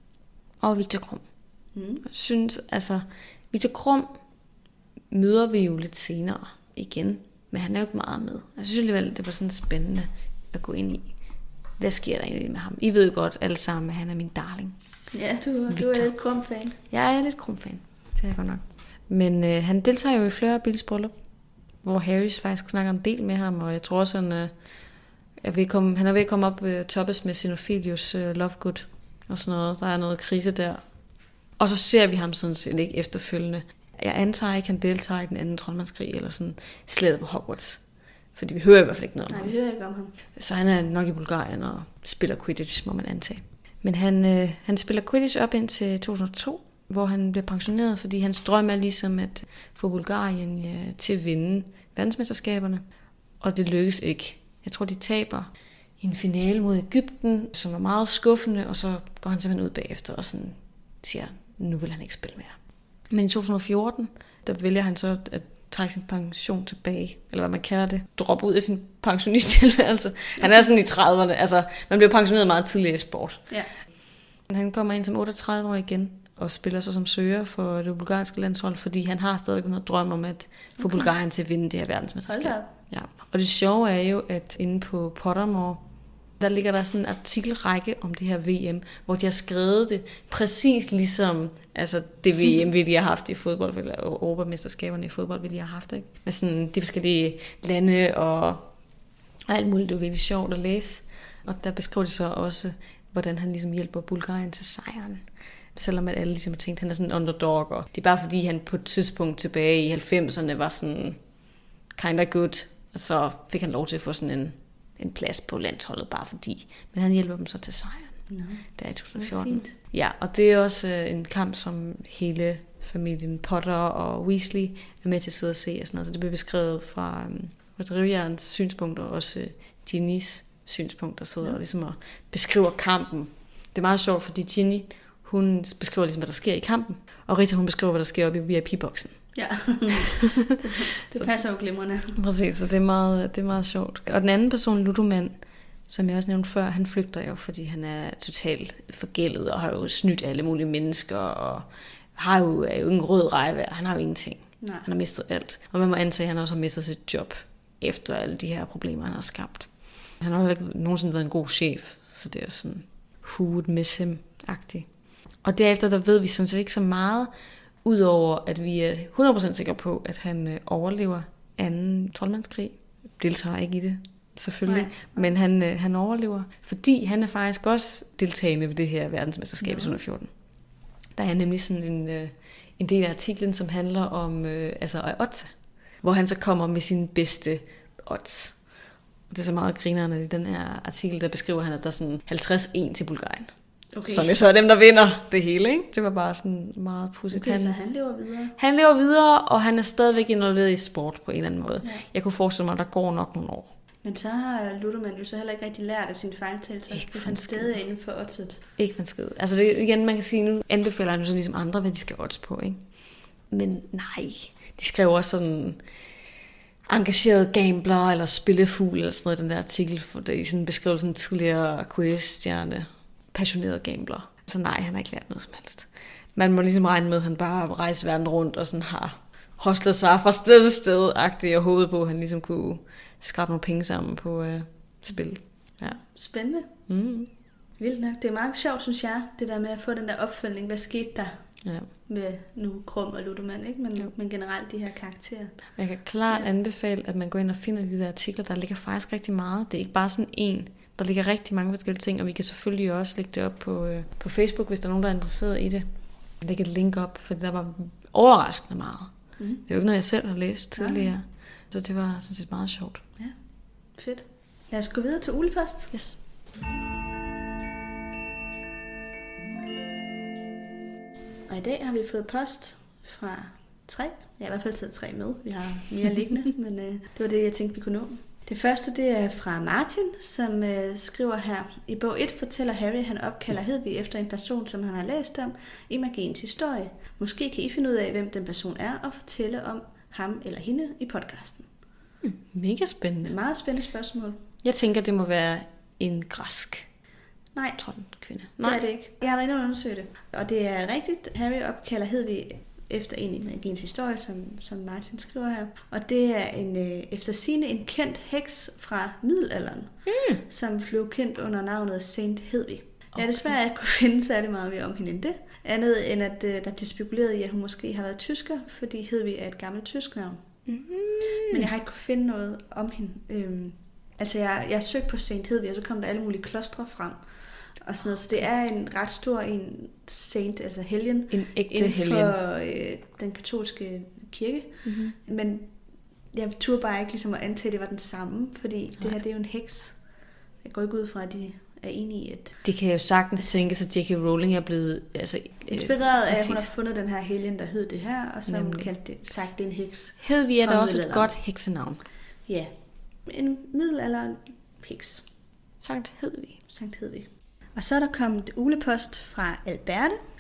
og Viktor Krum. Mm. Jeg synes, altså, Viktor Krum møder vi jo lidt senere igen, men han er jo ikke meget med. Jeg synes alligevel, det var sådan spændende at gå ind i. Hvad sker der egentlig med ham? I ved jo godt alle sammen, at han er min darling. Ja, du, du er lidt Krum-fan. Jeg er lidt Krum-fan, det er jeg godt nok. Men øh, han deltager jo i flere Bills bryllup, hvor Harry faktisk snakker en del med ham, og jeg tror også, han, øh, er ved komme, han er ved at komme op øh, toppes med Xenophilius øh, Lovegood og sådan noget. Der er noget krise der. Og så ser vi ham sådan set ikke efterfølgende. Jeg antager ikke, han deltager i den anden troldmandskrig, eller sådan slaget på Hogwarts. Fordi vi hører i hvert fald ikke noget om ham. Nej, vi hører ikke om ham. Så han er nok i Bulgarien og spiller Quidditch, må man antage. Men han, øh, han spiller Quidditch op indtil to tusind og to, hvor han bliver pensioneret, fordi hans drøm er ligesom at få Bulgarien ja, til at vinde verdensmesterskaberne. Og det lykkes ikke. Jeg tror, de taber i en finale mod Egypten, som var meget skuffende, og så går han simpelthen ud bagefter og sådan siger, nu vil han ikke spille mere. Men i to tusind og fjorten, der vælger han så at trække sin pension tilbage, eller hvad man kalder det, droppe ud af sin pensionisttilværelse. Han er sådan i trediverne, altså man bliver pensioneret meget tidligere i sport. Ja. Han kommer ind som otteogtredive år igen, og spiller sig som søger for det bulgarske landshold, fordi han har stadig den her drøm om at få okay. Bulgarien til at vinde det her verdensmesterskab. Ja. Og det sjove er jo, at inde på Pottermore, der ligger der sådan en artikelrække om det her V M, hvor de har skrevet det præcis ligesom altså det V M, vi lige har haft i fodbold, eller Europamesterskaberne i fodbold, vi lige har haft, ikke? Med sådan de forskellige lande og, og alt muligt. Det er virkelig sjovt at læse. Og der beskriver de så også, hvordan han ligesom hjælper Bulgarien til sejren. Selvom at alle ligesom har tænkt, at han er sådan en underdog. Og det er bare fordi, han på et tidspunkt tilbage i halvfemserne var sådan kind of good. Og så fik han lov til at få sådan en, en plads på landsholdet, bare fordi. Men han hjælper dem så til sejren. No. Der i to tusind og fjorten. Ja, og det er også en kamp, som hele familien Potter og Weasley er med til at sidde og se. Og sådan noget. Så det bliver beskrevet fra um, Rivians synspunkt og også uh, Ginnys synspunkt, der sidder ja. og ligesom og beskriver kampen. Det er meget sjovt, fordi Ginny, hun beskriver ligesom, hvad der sker i kampen, og Rita, hun beskriver, hvad der sker oppe i V I P-boksen. Ja, det, det passer jo glimrende. Præcis, så det er, meget, det er meget sjovt. Og den anden person, Ludoman, som jeg også nævnte før, han flygter jo, fordi han er totalt forgældet, og har jo snydt alle mulige mennesker, og har jo, er jo ingen rød rejvær, han har jo ingenting. Nej. Han har mistet alt. Og man må antage, at han også har mistet sit job, efter alle de her problemer, han har skabt. Han har jo ikke nogensinde været en god chef, så det er sådan, who would miss him-agtigt. Og derefter, der ved vi sådan set ikke så meget, udover at vi er hundrede procent sikre på, at han overlever anden troldmandskrig. Deltager ikke i det, selvfølgelig, nej, nej. Men han, han overlever, fordi han er faktisk også deltagende ved det her verdensmesterskab i to tusind og fjorten. Der er nemlig sådan en, en del af artiklen, som handler om altså odds, hvor han så kommer med sine bedste odds. Det er så meget grinerende i den her artikel, der beskriver han, at der er sådan halvtreds en til Bulgarien. Okay. Som jo så er dem, der vinder det hele, ikke? Det var bare sådan meget pudsigt. Okay, han, så han lever videre? Han lever videre, og han er stadigvæk involveret i sport på en eller anden måde. Ja. Jeg kunne forestille mig, at der går nok nogle år. Men så har Ludoman jo så heller ikke rigtig lært af sine fejltagelser, hvis han stadig er inden for oddset. Ikke for en skid. Altså det, igen, man kan sige, nu anbefaler han jo så ligesom andre, hvad de skal odds på, ikke? Men nej, de skrev også sådan engageret gambler eller spillefugl eller sådan noget i den der artikel, for det er sådan en beskrivelse af en tidligere Q S-stjerne, passioneret gambler. Så nej, han har ikke lært noget som helst. Man må ligesom regne med, at han bare rejser verden rundt og sådan har hostlet sig fra sted til sted-agtigt og håbet på, at han ligesom kunne skrabe nogle penge sammen på øh, spil. Ja. Spændende. Mm. Vildt nok. Det er meget sjovt, synes jeg, det der med at få den der opfølgning. Hvad skete der ja. med nu Krum og Ludoman, ikke? Men, men generelt de her karakterer. Jeg kan klart ja. anbefale, at man går ind og finder de der artikler. Der ligger faktisk rigtig meget. Det er ikke bare sådan en. Der ligger rigtig mange forskellige ting, og vi kan selvfølgelig også lægge det op på, øh, på Facebook, hvis der er nogen, der er interesseret i det. Lægge et link op, for der var overraskende meget. Mm. Det er jo ikke noget, jeg selv har læst tidligere. Ja. Så det var sådan set meget sjovt. Ja, fedt. Lad os gå videre til ulepost. Yes. Og i dag har vi fået post fra tre. Jeg har i hvert fald taget tre med. Vi har mere liggende, men øh, det var det, jeg tænkte, vi kunne nå. Det første, det er fra Martin, som øh, skriver her. I bog et fortæller Harry, at han opkalder Hedvig efter en person, som han har læst om i Magiens Historie. Måske kan I finde ud af, hvem den person er, og fortælle om ham eller hende i podcasten. Hmm, mega spændende. Meget spændende spørgsmål. Jeg tænker, det må være en græsk Nej, kvinde. Nej, det er det ikke. Jeg har været inde og undersøge det. Og det er rigtigt. Harry opkalder Hedvig efter en i Magiens Historie, som, som Martin skriver her. Og det er en, øh, efter sigende en kendt heks fra middelalderen, mm. som blev kendt under navnet Saint Hedvig. Okay. Jeg er desværre ikke kunne finde særlig meget mere om hende end det. Andet end at øh, der bliver spekuleret i, at hun måske har været tysker, fordi Hedvig er et gammelt tysk navn. Mm. Men jeg har ikke kunne finde noget om hende. Øhm, altså jeg, jeg søgte på Saint Hedvig, og så kom der alle mulige klostre frem. Og sådan noget. Så det er en ret stor en saint, altså helgen, en ægte inden helgen for øh, den katolske kirke. Mm-hmm. Men jeg turde bare ikke ligesom at antage, at det var den samme, fordi Nej. det her det er jo en heks. Jeg går ikke ud fra, at de er enige i, at det kan jo sagtens tænkes, at J K Rowling er blevet altså, inspireret af, at hun har fundet den her helgen, der hed det her, og så kaldte det, sagt, det er en heks. Hedvig er da også et godt heksenavn. Ja, en middelalderen heks. Sankt Hedvig. Sankt Hedvig. Og så er der kommet ulepost fra Alberte,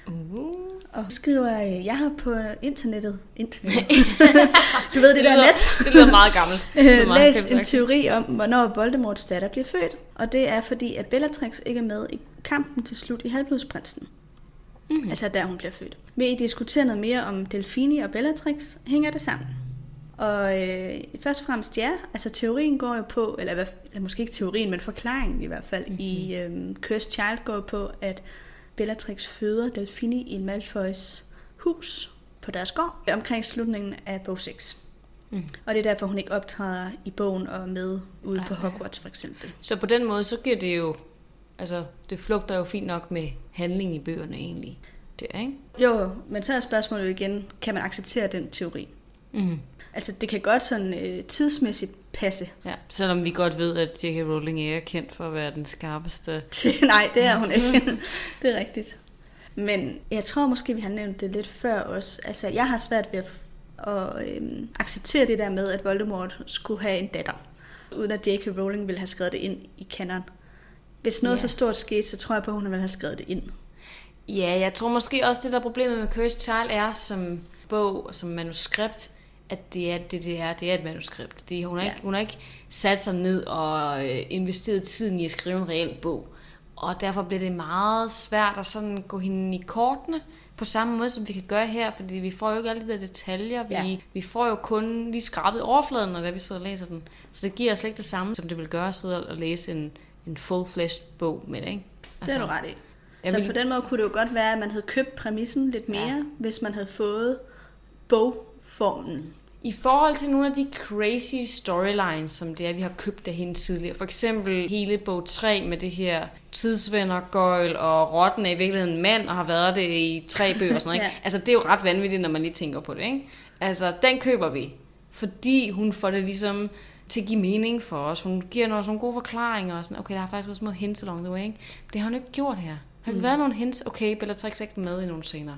Uh. Og skriver, jeg har på internettet, internet. du ved det, det der lyder, net, det lyder meget gammelt. Lyder meget læst en teori om, hvornår Voldemorts datter bliver født. Og det er fordi, at Bellatrix ikke er med i kampen til slut i Halvblodsprinsen. Mm-hmm. Altså der hun bliver født. Ved I diskutere noget mere om Delphini og Bellatrix, hænger det sammen. Og øh, først og fremmest ja, altså teorien går jo på, eller, eller måske ikke teorien, men forklaringen i hvert fald, mm-hmm. i øh, Cursed Child går på, at Bellatrix føder Delphini i Malfoys hus på deres gård, omkring slutningen af bog seks. Mm. Og det er derfor, hun ikke optræder i bogen og med ude okay. på Hogwarts for eksempel. Så på den måde, så giver det jo, altså det flugter jo fint nok med handling i bøgerne egentlig. Det er, ikke? Jo, men så er spørgsmålet igen, kan man acceptere den teori? Mm. Altså det kan godt sådan øh, tidsmæssigt passe. Ja, selvom vi godt ved, at J K. Rowling er kendt for at være den skarpeste. Nej, det er hun ikke. Det er rigtigt. Men jeg tror måske, vi har nævnt det lidt før også. Altså jeg har svært ved at, at øhm, acceptere det der med, at Voldemort skulle have en datter, uden at J K. Rowling ville have skrevet det ind i kanon. Hvis noget ja. så stort skete, så tror jeg på, at hun ville have skrevet det ind. Ja, jeg tror måske også, det der problemet med Cursed Child er som bog og som manuskript, at det er det, det er. Det er et manuskript. Det, hun, har ja. ikke, hun har ikke sat sig ned og øh, investeret tiden i at skrive en reel bog. Og derfor bliver det meget svært at sådan gå hende i kortene på samme måde, som vi kan gøre her, fordi vi får jo ikke alle de der detaljer. Vi, ja. vi får jo kun lige skrabet overfladen, når vi sidder og læser den. Så det giver os ikke det samme, som det vil gøre at sidde og læse en, en full-fleshed bog med det, ikke? Altså, det er du ret i. Så vil... på den måde kunne det jo godt være, at man havde købt præmissen lidt mere, ja. hvis man havde fået bogformen. I forhold til nogle af de crazy storylines, som det er, vi har købt af hende tidligere. For eksempel hele bog tre med det her tidsvendergøjl, og rotten er i virkeligheden en mand, og har været det i tre bøger og sådan noget. Ikke? ja. Altså det er jo ret vanvittigt, når man lige tænker på det. Ikke? Altså den køber vi, fordi hun får det ligesom til at give mening for os. Hun giver nogle sådan gode forklaringer, og sådan, okay, der har faktisk været små hints along the way. Ikke? Det har hun ikke gjort her. Der har ikke mm. været nogle hints, okay, Bellatrix er ikke med i nogle scener.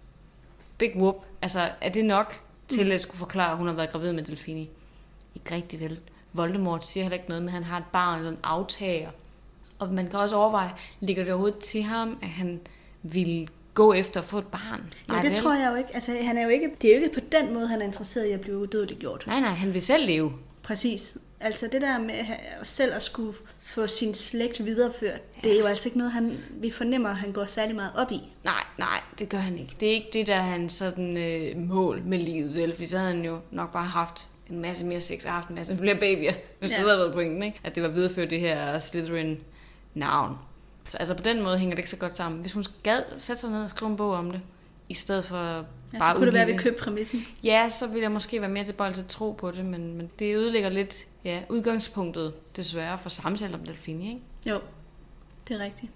Big whoop. Altså er det nok til at skulle forklare, at hun har været gravid med Delphini? Ikke rigtig vel. Voldemort siger heller ikke noget med, at han har et barn eller en aftager. Og man kan også overveje, ligger det overhovedet til ham, at han vil gå efter at få et barn? Nej, ja, det vel? tror jeg jo ikke. Altså, han er jo ikke. Det er jo ikke på den måde, han er interesseret i at blive udødeligt gjort. Nej, nej, han vil selv leve. Præcis. Altså det der med selv at skulle få sin slægt videreført, ja. det er jo altså ikke noget, han, vi fornemmer, at han går særlig meget op i. Nej, nej, det gør han ikke. Det er ikke det, der er hans sådan, øh, mål med livet, vel? Fordi så havde han jo nok bare haft en masse mere sex og haft en masse flere babyer, hvis ja. det havde været pointen, ikke? At det var videreført det her Slytherin-navn. Så altså på den måde hænger det ikke så godt sammen. Hvis hun gad sætte sig ned og skrive en bog om det, i stedet for ja, bare så kunne det være, at vi købte præmissen. Ja, så ville jeg måske være mere tilbøjelig til at tro på det, men, men det ødelægger lidt ja, udgangspunktet, desværre, for samtale om Delphini, ikke? Jo, det er rigtigt.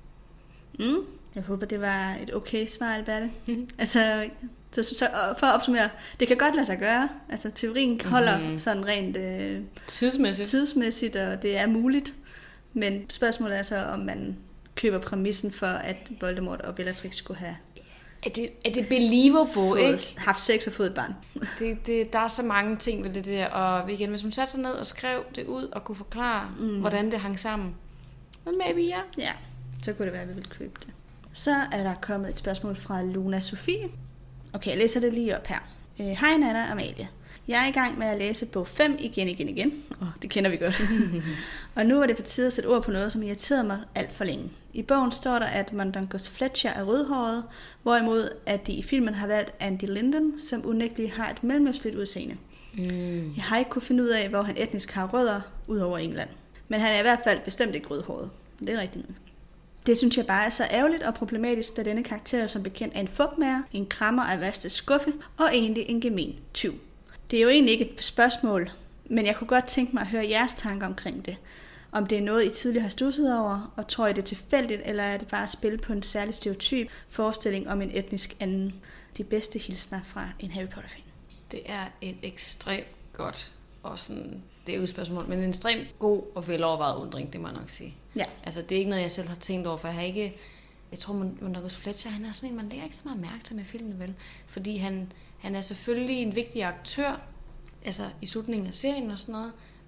Mm. Jeg håber, det var et okay svar, Alberte. Mm-hmm. Altså, så, så, for at opsummere, det kan godt lade sig gøre. Altså, teorien holder mm-hmm. sådan rent øh, tidsmæssigt. tidsmæssigt, og det er muligt. Men spørgsmålet er så, om man køber præmissen for, at Voldemort og Bellatrix skulle have Er det, er det believable, fået, ikke? Haft sex og fået et barn. det, det, der er så mange ting ved det der. Og igen, hvis hun satte sig ned og skrev det ud og kunne forklare, mm. hvordan det hang sammen. Men maybe, ja. Ja, så kunne det være, at vi ville købe det. Så er der kommet et spørgsmål fra Luna Sofie. Okay, jeg læser det lige op her. Hej Nana og Amalie. Jeg er i gang med at læse bog fem igen, igen, igen. Oh, det kender vi godt. Og nu er det på tide at sætte ord på noget, som irriterede mig alt for længe. I bogen står der, at Mundungus Fletcher er rødhåret, hvorimod at de i filmen har valgt Andy Linden, som unægteligt har et mellemøstligt udseende. Mm. Jeg har ikke kunne finde ud af, hvor han etnisk har rødder, ud over England. Men han er i hvert fald bestemt ikke rødhåret. Det er rigtigt nok. Det synes jeg bare er så ærgerligt og problematisk, da denne karakter som bekendt er en fupmager, en krammer af værste skuffe og egentlig en gemen tyv. Det er jo egentlig ikke et spørgsmål, men jeg kunne godt tænke mig at høre jeres tanker omkring det. Om det er noget, I tidligere har stusset over, og tror I det er tilfældigt, eller er det bare at spille på en særlig stereotyp forestilling om en etnisk anden? De bedste hilsner fra en Harry Potter-fan. Det er et ekstremt godt, og sådan, det er jo et spørgsmål, men en ekstremt god og velovervejet undring, det må jeg nok sige. Ja. Altså, det er ikke noget, jeg selv har tænkt over, for jeg har ikke... Jeg tror, Mundungus Fletcher, han er sådan en, man lægger ikke så meget mærke til med filmen, vel? Fordi han, han er selvfølgelig en vigtig aktør, altså i slutningen af serien og sådan noget,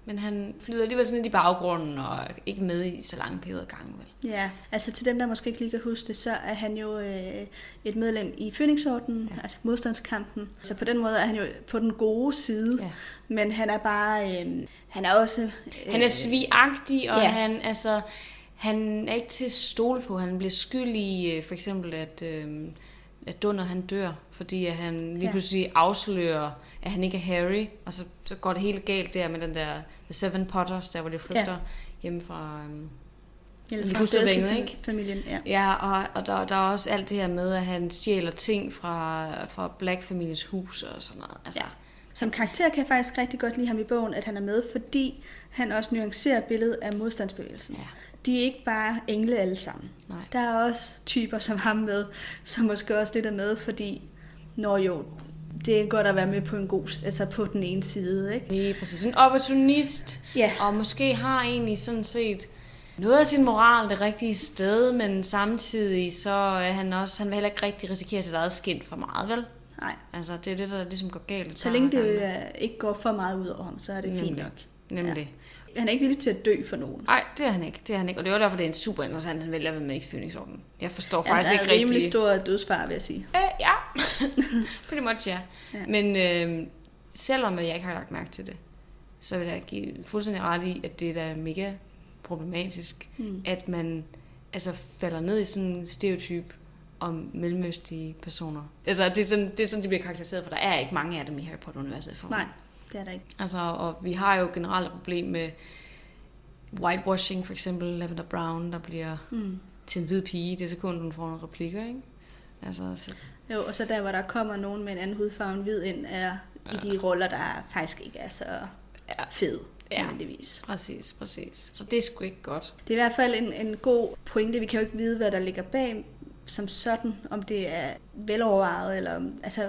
Men han flyder alligevel sådan lidt i baggrunden, og ikke med i så lange perioder gange, vel? Ja, altså til dem, der måske ikke lige kan huske det, så er han jo øh, et medlem i Phoenixordenen, ja. altså modstandskampen. Så på den måde er han jo på den gode side, ja. Men han er bare, øh, han er også... Øh, han er svigagtig, og ja. han, altså, han er ikke til at stole på. Han bliver skyld i for eksempel, at, øh, at Dunder han dør, fordi at han lige pludselig afslører, at han ikke er Harry, og så, så går det helt galt der med den der The Seven Potters, der hvor de flygter ja. hjemme fra øh, fra ikke? Familien. Ja, ja og, og der, der er også alt det her med, at han stjæler ting fra, fra Black-familiens hus og sådan noget. Altså. Ja. Som karakter kan jeg faktisk rigtig godt lide ham i bogen, at han er med, fordi han også nuancerer billedet af modstandsbevægelsen. Ja. De er ikke bare engle alle sammen. Nej. Der er også typer som ham med, som måske også lidt er med, fordi når jo, det er godt at være med på en god, altså på den ene side, ikke? Det er præcis en opportunist, ja. Og måske har egentlig sådan set noget af sin moral det rigtige sted, men samtidig så er han også, han vil heller ikke rigtig risikere sit eget skind for meget, vel? Nej. Altså det er det, der ligesom går galt. Så længe det øh, ikke går for meget ud over ham, så er det Nemlig. fint nok. Nemlig. Ja. Han er ikke villig til at dø for nogen. Nej, det er han ikke. Det er han ikke. Og det er jo derfor, det er en super interessant, han vælger at være med i Phoenixordenen. Jeg forstår ja, faktisk ikke rigtig... Han er rimelig stor dødsfar, vil jeg sige. Øh, ja, pretty much, ja. ja. Men øh, selvom jeg ikke har lagt mærke til det, så vil jeg give fuldstændig ret i, at det er da mega problematisk, mm. at man altså falder ned i sådan en stereotyp om mellemøstlige personer. Altså, det er, sådan, det er sådan, de bliver karakteriseret, for der er ikke mange af dem i Harry Potter-universet. For Nej, det er der ikke. Altså, og vi har jo generelt et problem med whitewashing, for eksempel Lavender Brown, der bliver mm. til en hvid pige, det sekund, hun får nogle replikker, ikke? Altså, så... Jo, og så der, hvor der kommer nogen med en anden hudfarve end hvid ind, er ja. i de roller, der faktisk ikke er så ja. fed. Ja, præcis, præcis. Så det er sgu ikke godt. Det er i hvert fald en, en god pointe. Vi kan jo ikke vide, hvad der ligger bag som sådan, om det er velovervejet, eller altså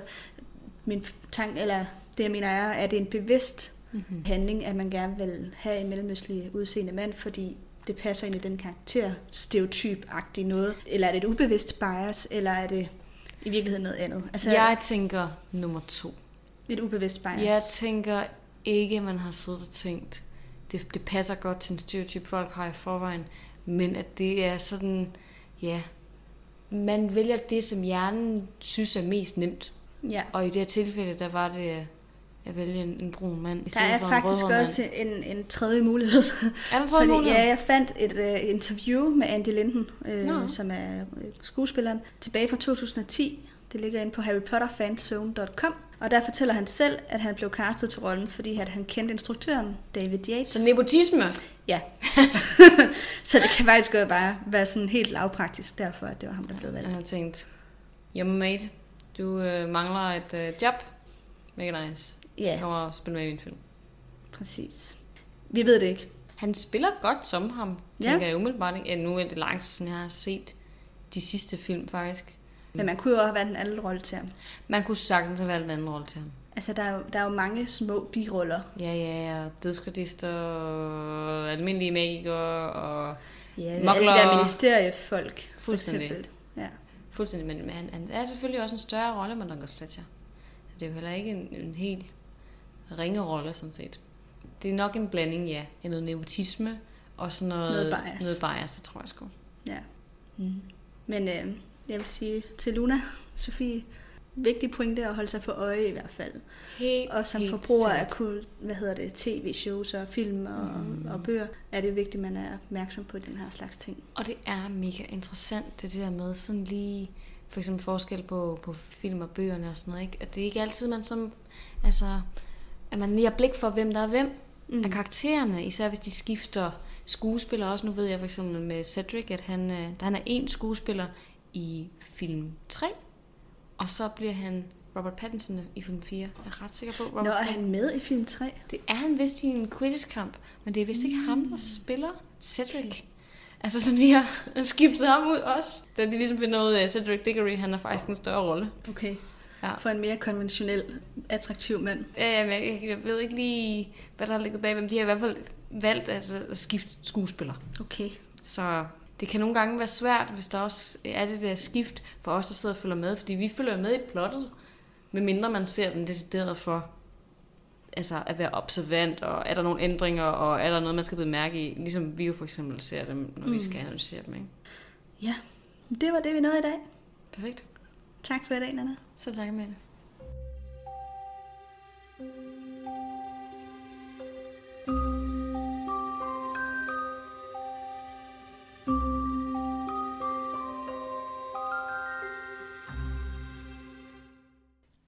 min tanke, eller det jeg mener er, at det er en bevidst mm-hmm. handling, at man gerne vil have en mellemøstlig udseende mand, fordi det passer ind i den karakter, stereotyp-agtig noget, eller er det et ubevidst bias, eller er det i virkeligheden noget andet? Altså, jeg tænker nummer to. Et ubevidst bias. Jeg tænker ikke, man har siddet og tænkt, det, det passer godt til en stereotyp, folk har i forvejen, men at det er sådan, ja, man vælger det, som hjernen synes er mest nemt. Ja. Og i det her tilfælde, der var det at vælge en, en brun mand i stedet for en rødhåret mand. Der er faktisk også en, en tredje mulighed. Er der en tredje mulighed? Ja, jeg fandt et uh, interview med Andy Linden, uh, no. som er skuespilleren, tilbage fra to tusind og ti. Det ligger inde på harry potter fanzone punktum com. Og der fortæller han selv, at han blev castet til rollen, fordi at han kendte instruktøren, David Yates. Så nepotisme? Ja. Så det kan faktisk godt bare være sådan helt lavpraktisk, derfor at det var ham, der blev valgt. Jeg har tænkt, jamen mate, du øh, mangler et øh, job. Mega nice. Ja. Yeah. Kommer og spille med i min film. Præcis. Vi ved det ikke. Han spiller godt som ham, tænker ja. jeg umiddelbart. Ja, nu er det lang tid siden, jeg har set de sidste film faktisk. Men man kunne jo også have valgt en anden rolle til ham. Man kunne sagtens have valgt en anden rolle til ham. Altså, der er jo, der er jo mange små biroller. Ja, ja, ja. Dødskredister, og almindelige magikere, og ja, mokler. Ja, alle de der ministeriefolk. Fuldstændig. Ja. Fuldstændig, men han, han er selvfølgelig også en større rolle med Douglas Fletcher. Det er jo heller ikke en, en helt ringe rolle, sådan set. Det er nok en blanding, ja, af noget nepotisme og sådan noget, noget bias. Noget bias, det tror jeg sgu. Ja. Mm. Men øh, jeg vil sige til Luna, Sofie, vigtig pointe at holde sig for øje i hvert fald. Helt, og som forbruger af kul, hvad hedder det, tv-shows og film og, mm. og bøger, er det vigtigt, at man er opmærksom på den her slags ting. Og det er mega interessant, det der med sådan lige, for eksempel forskel på, på film og bøgerne og sådan noget, ikke? At det er ikke altid, man som, altså, at man lige har blik for, hvem der er hvem mm. af karaktererne, især hvis de skifter skuespillere også. Nu ved jeg for eksempel med Cedric, at han, der han er én skuespiller i film tre, og så bliver han Robert Pattinson i film fire. Jeg er ret sikker på. Robert Nå, er han med i film tre? Det er han vist i en Quidditch-kamp, men det er vist ikke mm. ham, der spiller Cedric. Okay. Altså, så de har skiftet ham ud også. Da de ligesom finder ud af, at Cedric Diggory, han er faktisk en større rolle. Okay. Ja. For en mere konventionel, attraktiv mand. Ja, men jeg, jeg ved ikke lige, hvad der har ligget bag, men de har i hvert fald valgt altså, at skifte skuespiller. Okay. Så det kan nogle gange være svært, hvis der også er det der skift for os, der sidder og følger med, fordi vi følger med i plottet, medmindre man ser den decideret for altså at være observant, og er der nogle ændringer, og er der noget, man skal bemærke i, ligesom vi jo for eksempel ser dem, når mm. vi skal analysere dem, ikke? Ja, det var det, vi nåede i dag. Perfekt. Tak for i dag, Nana. Så tak, Mette.